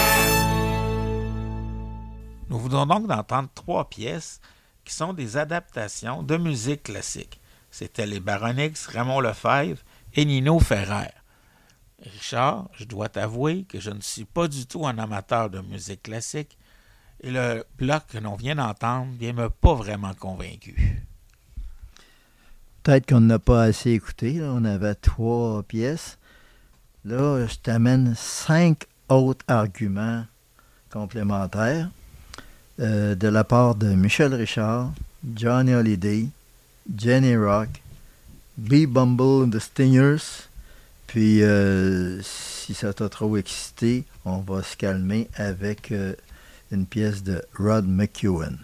Nous venons donc d'entendre trois pièces qui sont des adaptations de musique classique. C'étaient les Baronix, Raymond Lefebvre et Nino Ferrer. Richard, je dois t'avouer que je ne suis pas du tout un amateur de musique classique et le bloc que l'on vient d'entendre ne m'a pas vraiment convaincu. Peut-être qu'on n'a pas assez écouté. Là. On avait trois pièces. Là, je t'amène cinq autres arguments complémentaires euh, de la part de Michel Richard, Johnny Hallyday, Jenny Rock, B. Bumble and the Stingers. Puis, euh, si ça t'a trop excité, on va se calmer avec euh, une pièce de Rod McEwen.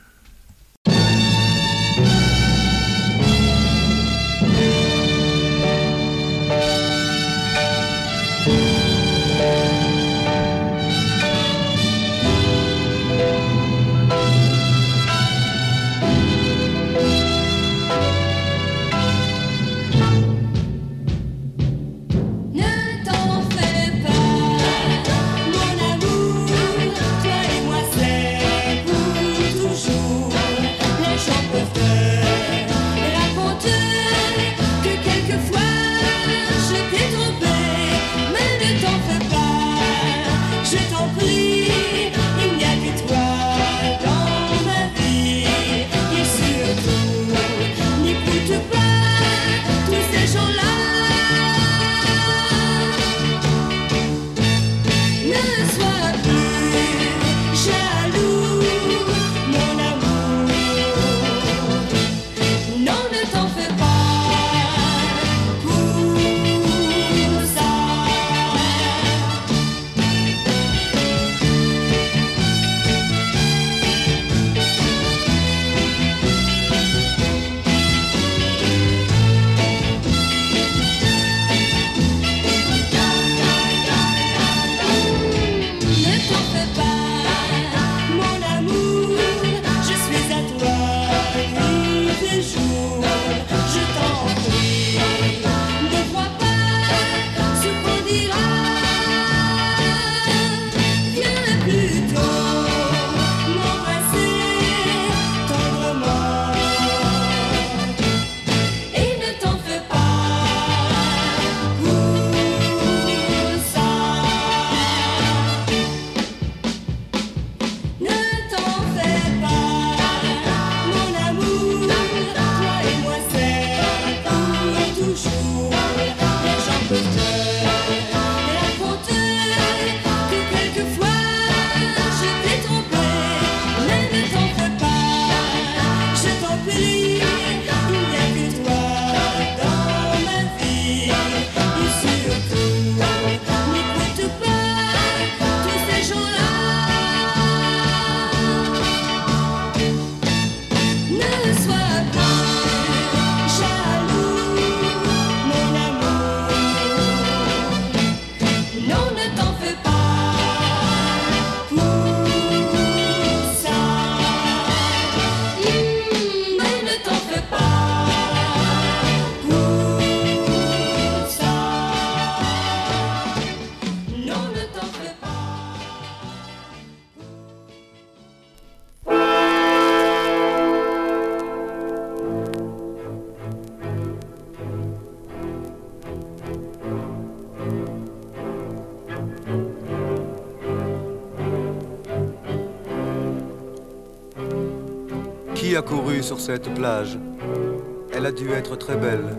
Qui a couru sur cette plage? Elle a dû être très belle.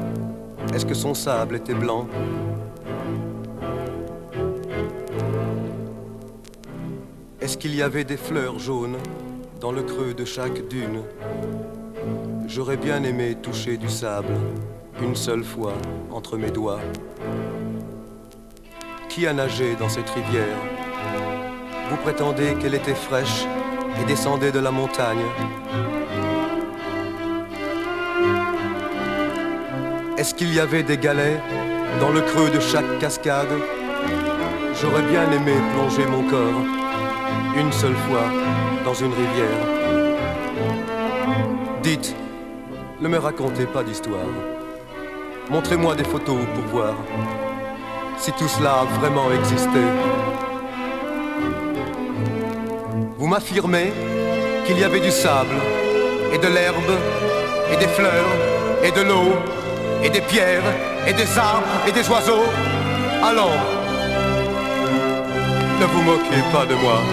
Est-ce que son sable était blanc? Est-ce qu'il y avait des fleurs jaunes dans le creux de chaque dune? J'aurais bien aimé toucher du sable une seule fois entre mes doigts. Qui a nagé dans cette rivière? Vous prétendez qu'elle était fraîche et descendait de la montagne? Est-ce qu'il y avait des galets dans le creux de chaque cascade? J'aurais bien aimé plonger mon corps une seule fois dans une rivière. Dites, ne me racontez pas d'histoire. Montrez-moi des photos pour voir si tout cela a vraiment existé. Vous m'affirmez qu'il y avait du sable et de l'herbe et des fleurs et de l'eau, et des pierres, et des arbres, et des oiseaux. Allons, ne vous moquez pas de moi.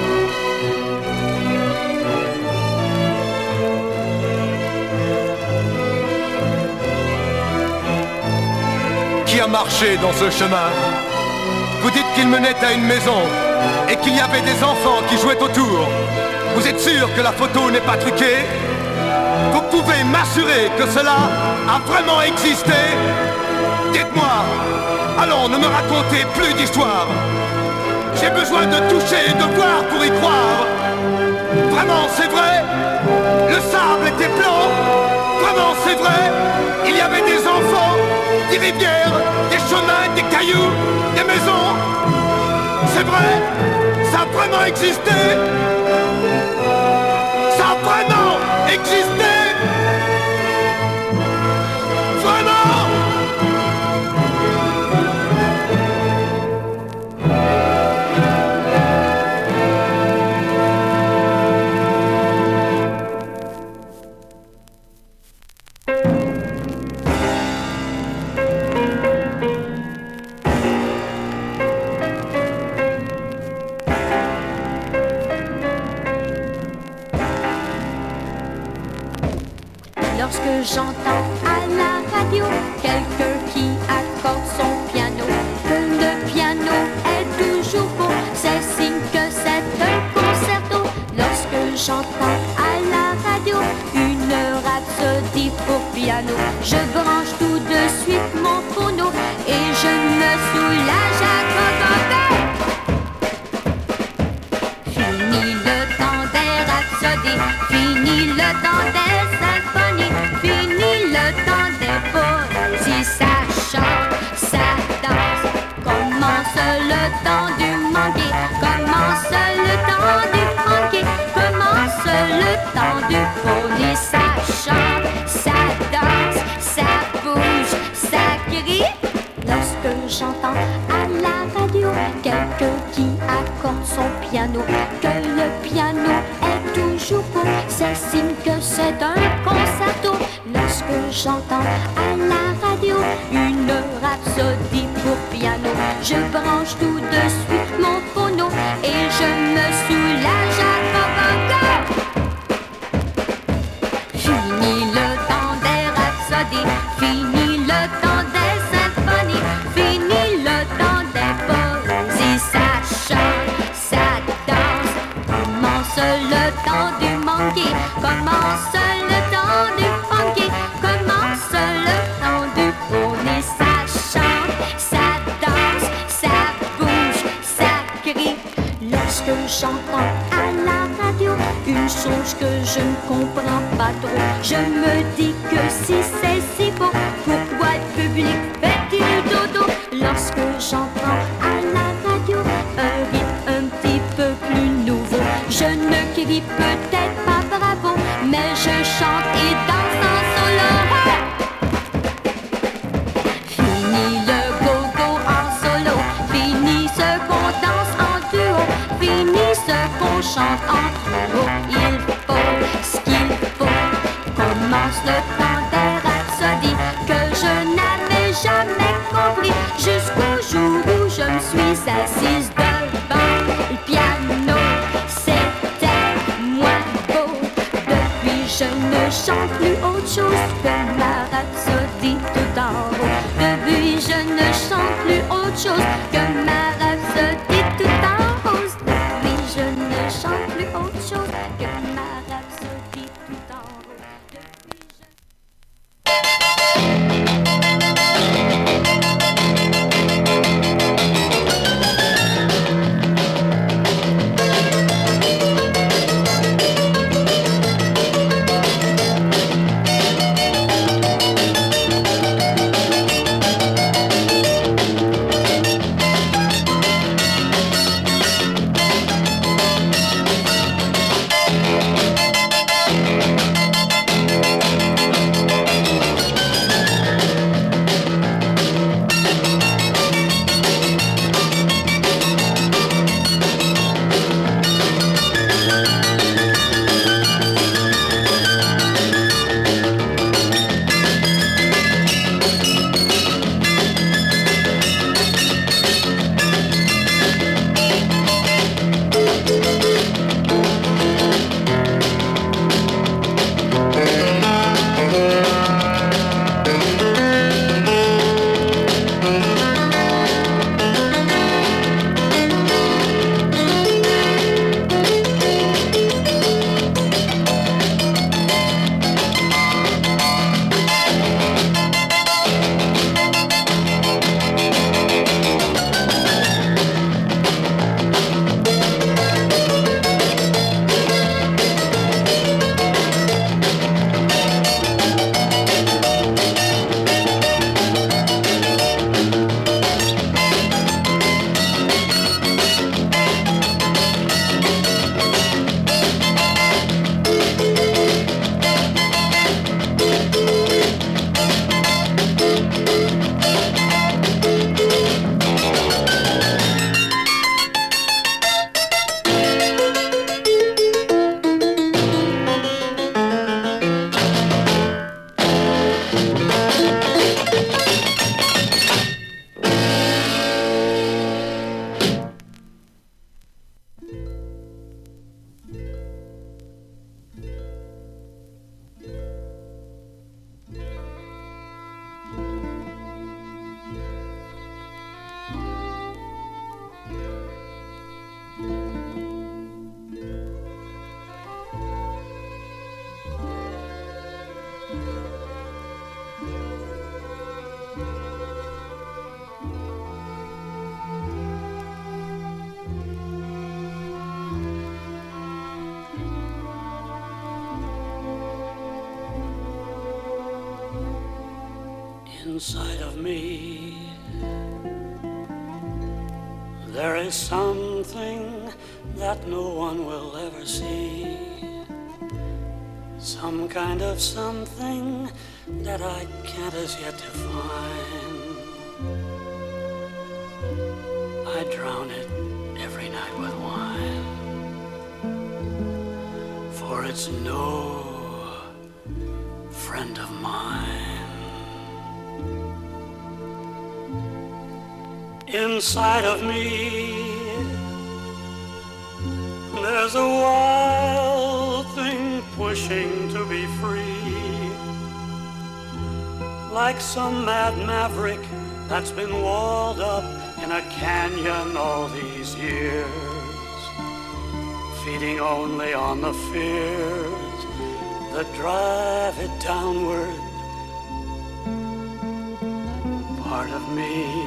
Qui a marché dans ce chemin? Vous dites qu'il menait à une maison et qu'il y avait des enfants qui jouaient autour. Vous êtes sûr que la photo n'est pas truquée? Vous pouvez m'assurer que cela a vraiment existé? Dites-moi, allons, ne me racontez plus d'histoire. J'ai besoin de toucher et de voir pour y croire. Vraiment, c'est vrai? Le sable était blanc? Vraiment, c'est vrai? Il y avait des enfants, des rivières, des chemins, des cailloux, des maisons. C'est vrai? Ça a vraiment existé? Ça a vraiment existé? Vraiment? Lorsque j'entends à la radio quelqu'un qui accorde son piano, que le piano est toujours beau, c'est signe que c'est un concerto. Lorsque j'entends à la radio une rhapsodie pour piano, je branche tout de suite mon phono et je me soulage à croquer. Fini le temps des rhapsodies, fini le temps des symphonies, fini le temps des poésies. Ça chante, ça danse, commence le temps du mangué, commence le temps du funky, commence le temps du pony. Ça chante, ça danse, ça bouge, ça crie. Lorsque j'entends à la radio quelqu'un qui accorde son piano, que le piano est toujours beau, c'est signe que c'est un concerto. Lorsque j'entends à la radio une rhapsodie pour piano, je branche tout de suite mon phono et je me soulage à croquer. Fini le temps des rhapsodies, fini le temps des symphonies, fini le temps des poésies. Ça chante, ça danse, commence le temps du mangué, commence le temps du funky, commence le temps du pony. Ça chante, ça danse, ça bouge, ça crie. Lorsque j'entends à la radio une chose que je ne comprends pas trop, je me dis que si c'est si beau, pourquoi le public fait-il dodo? Lorsque j'entends à la radio un rythme un petit peu plus nouveau, je ne crie peut-être pas bravo, mais je chante et danse en solo. Fini le go-go en solo, fini ce qu'on danse en duo, fini ce qu'on chante en duo. Il faut ce qu'il faut, commence le temps des rhapsodies que je n'avais jamais compris, jusqu'au jour où je me suis assise devant le piano. C'était moins beau. Depuis je ne chante plus autre chose que ma rhapsodie tout en haut. Depuis je ne chante plus autre chose que ma rhapsodie tout en rose. Depuis je ne chante plus autre chose que ma rhapsodie tout en haut. Depuis je... Inside of me, there is something that no one will ever see. Some kind of something that I can't as yet define. I drown it every night with wine, for it's no friend of mine. Inside of me, there's a wild thing pushing to be free, like some mad maverick that's been walled up in a canyon all these years, feeding only on the fears that drive it downward. Part of me,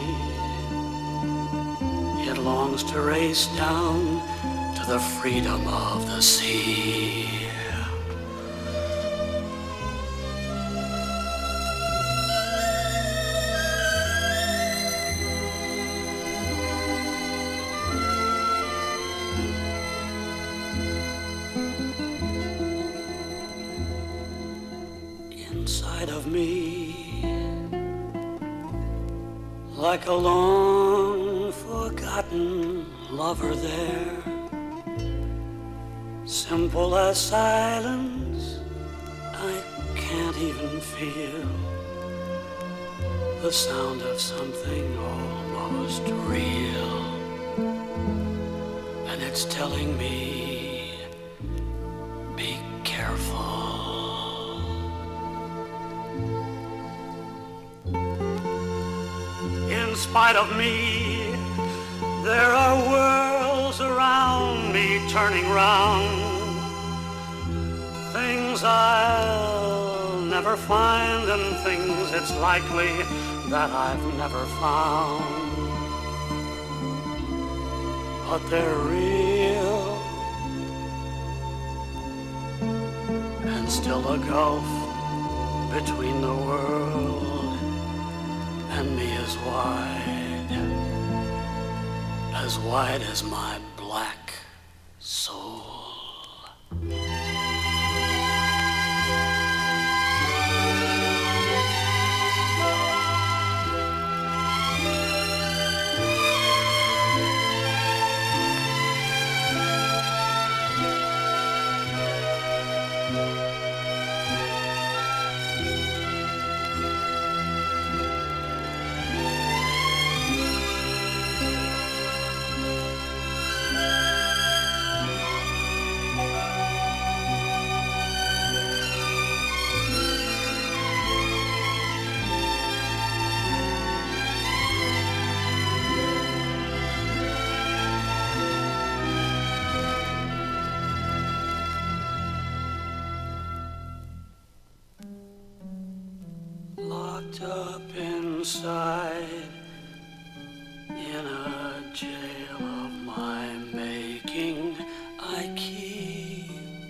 it longs to race down to the freedom of the sea. Inside of me, like a long forgotten lover there, simple as silence, I can't even feel the sound of something almost real, and it's telling me, be careful. In spite of me, there are worlds around me turning round, things I'll never find and things it's likely that I've never found. But they're real, and still a gulf between the world and me is wide, as wide as my black soul. Up inside in a jail of my making, I keep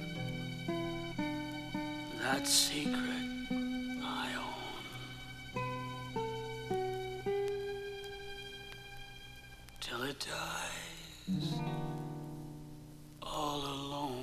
that secret I own till it dies all alone.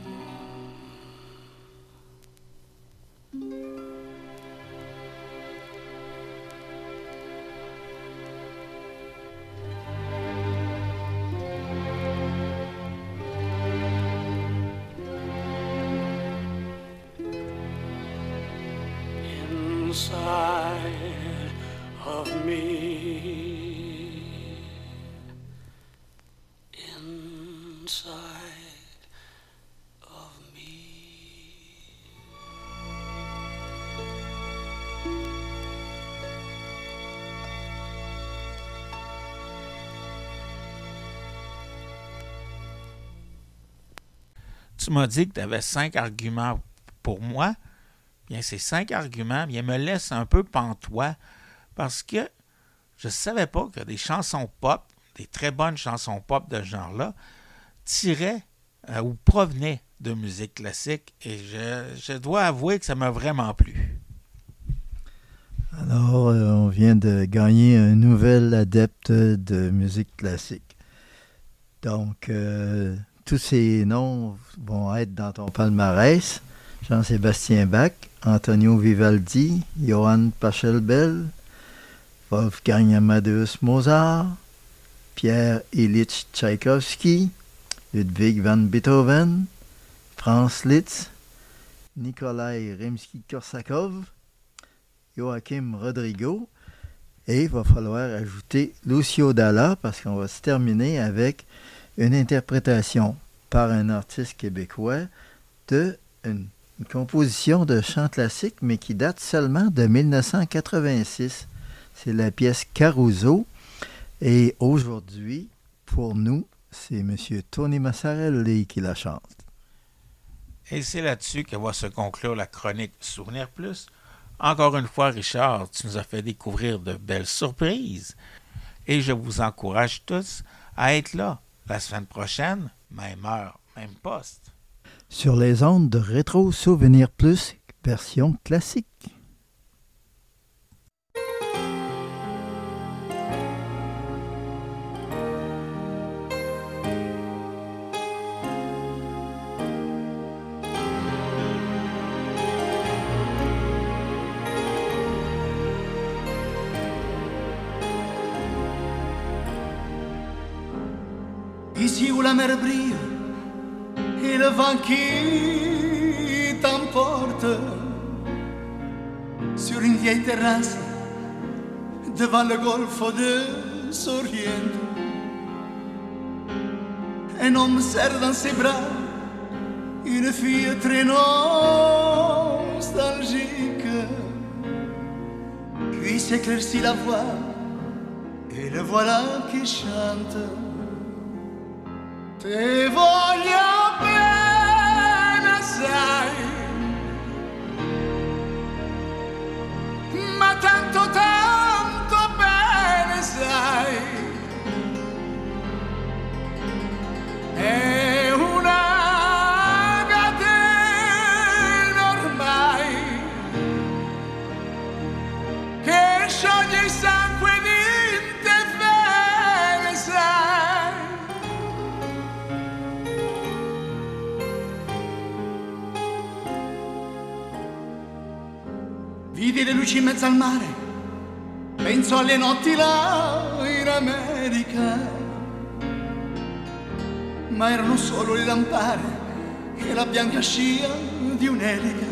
Inside of me, inside of me. Tu m'as dit que tu avais cinq arguments pour moi. Bien, ces cinq arguments bien, me laissent un peu pantois parce que je ne savais pas que des chansons pop, des très bonnes chansons pop de ce genre-là, tiraient euh, ou provenaient de musique classique et je, je dois avouer que ça m'a vraiment plu. Alors, euh, on vient de gagner un nouvel adepte de musique classique. Donc, euh, tous ces noms vont être dans ton palmarès. Jean-Sébastien Bach, Antonio Vivaldi, Johann Pachelbel, Wolfgang Amadeus Mozart, Pierre Ilyich Tchaïkovski, Ludwig van Beethoven, Franz Liszt, Nikolai Rimsky-Korsakov, Joachim Rodrigo, et il va falloir ajouter Lucio Dalla parce qu'on va se terminer avec une interprétation par un artiste québécois de une, une composition de chant classique, mais qui date seulement de mille neuf cent quatre-vingt-six. C'est la pièce Caruso. Et aujourd'hui, pour nous, c'est M. Tony Massarelli qui la chante. Et c'est là-dessus que va se conclure la chronique Souvenir Plus. Encore une fois, Richard, tu nous as fait découvrir de belles surprises. Et je vous encourage tous à être là la semaine prochaine, même heure, même poste. Sur les ondes de Rétro Souvenir Plus, version classique. Ici où la mer brille et le vent qui t'emporte sur une vieille terrasse devant le golfe de Sorrento. Un homme serre dans ses bras une fille très nostalgique, puis s'éclaircit la voix et le voilà qui chante. Te voglio bene, sai, ma tanto, tanto bene, sai, è una catena ormai che scioglie il sangue di te bene, sai. Vidi le luci in mezzo al mare, penso alle notti là in America, ma erano solo le lampare e la bianca scia di un'elica.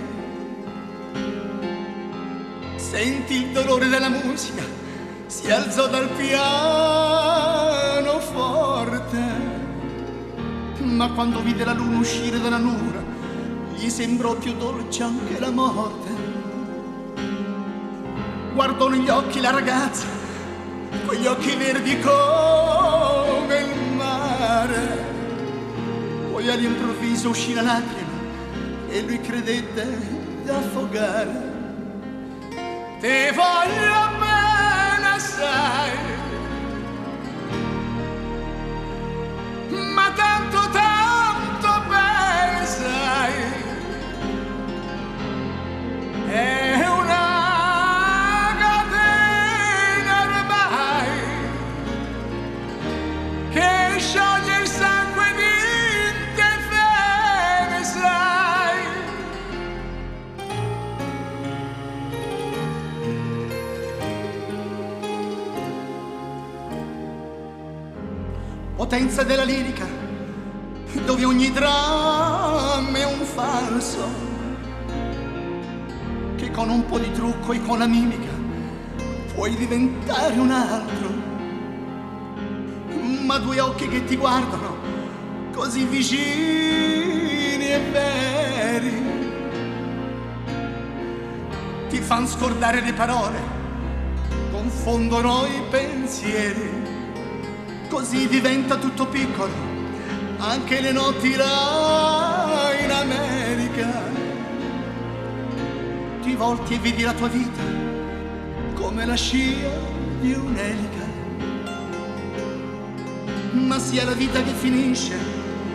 Senti il dolore della musica, si alzò dal piano forte, ma quando vide la luna uscire dalla nuvole, gli sembrò più dolce anche la morte. Guardò negli occhi la ragazza, quegli occhi verdi come il mare. Poi all'improvviso uscì la lacrima e lui credette di affogare. Te voglio bene, sai, ma tanto, tanto bene, sai, è una che scioglie il sangue di te bene, sai. Potenza della lirica, dove ogni dramma è un falso, che con un po' di trucco e con la mimica puoi diventare un altro. Ma due occhi che ti guardano così vicini e veri ti fan scordare le parole, confondono i pensieri, così diventa tutto piccolo, anche le notti là in America. Ti volti e vedi la tua vita come la scia di un'elica. Ma sia la vita che finisce,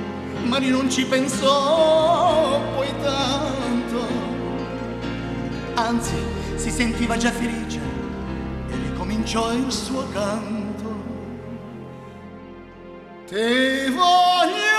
ma lui non ci pensò poi tanto, anzi si sentiva già felice e ricominciò il suo canto. Te voglio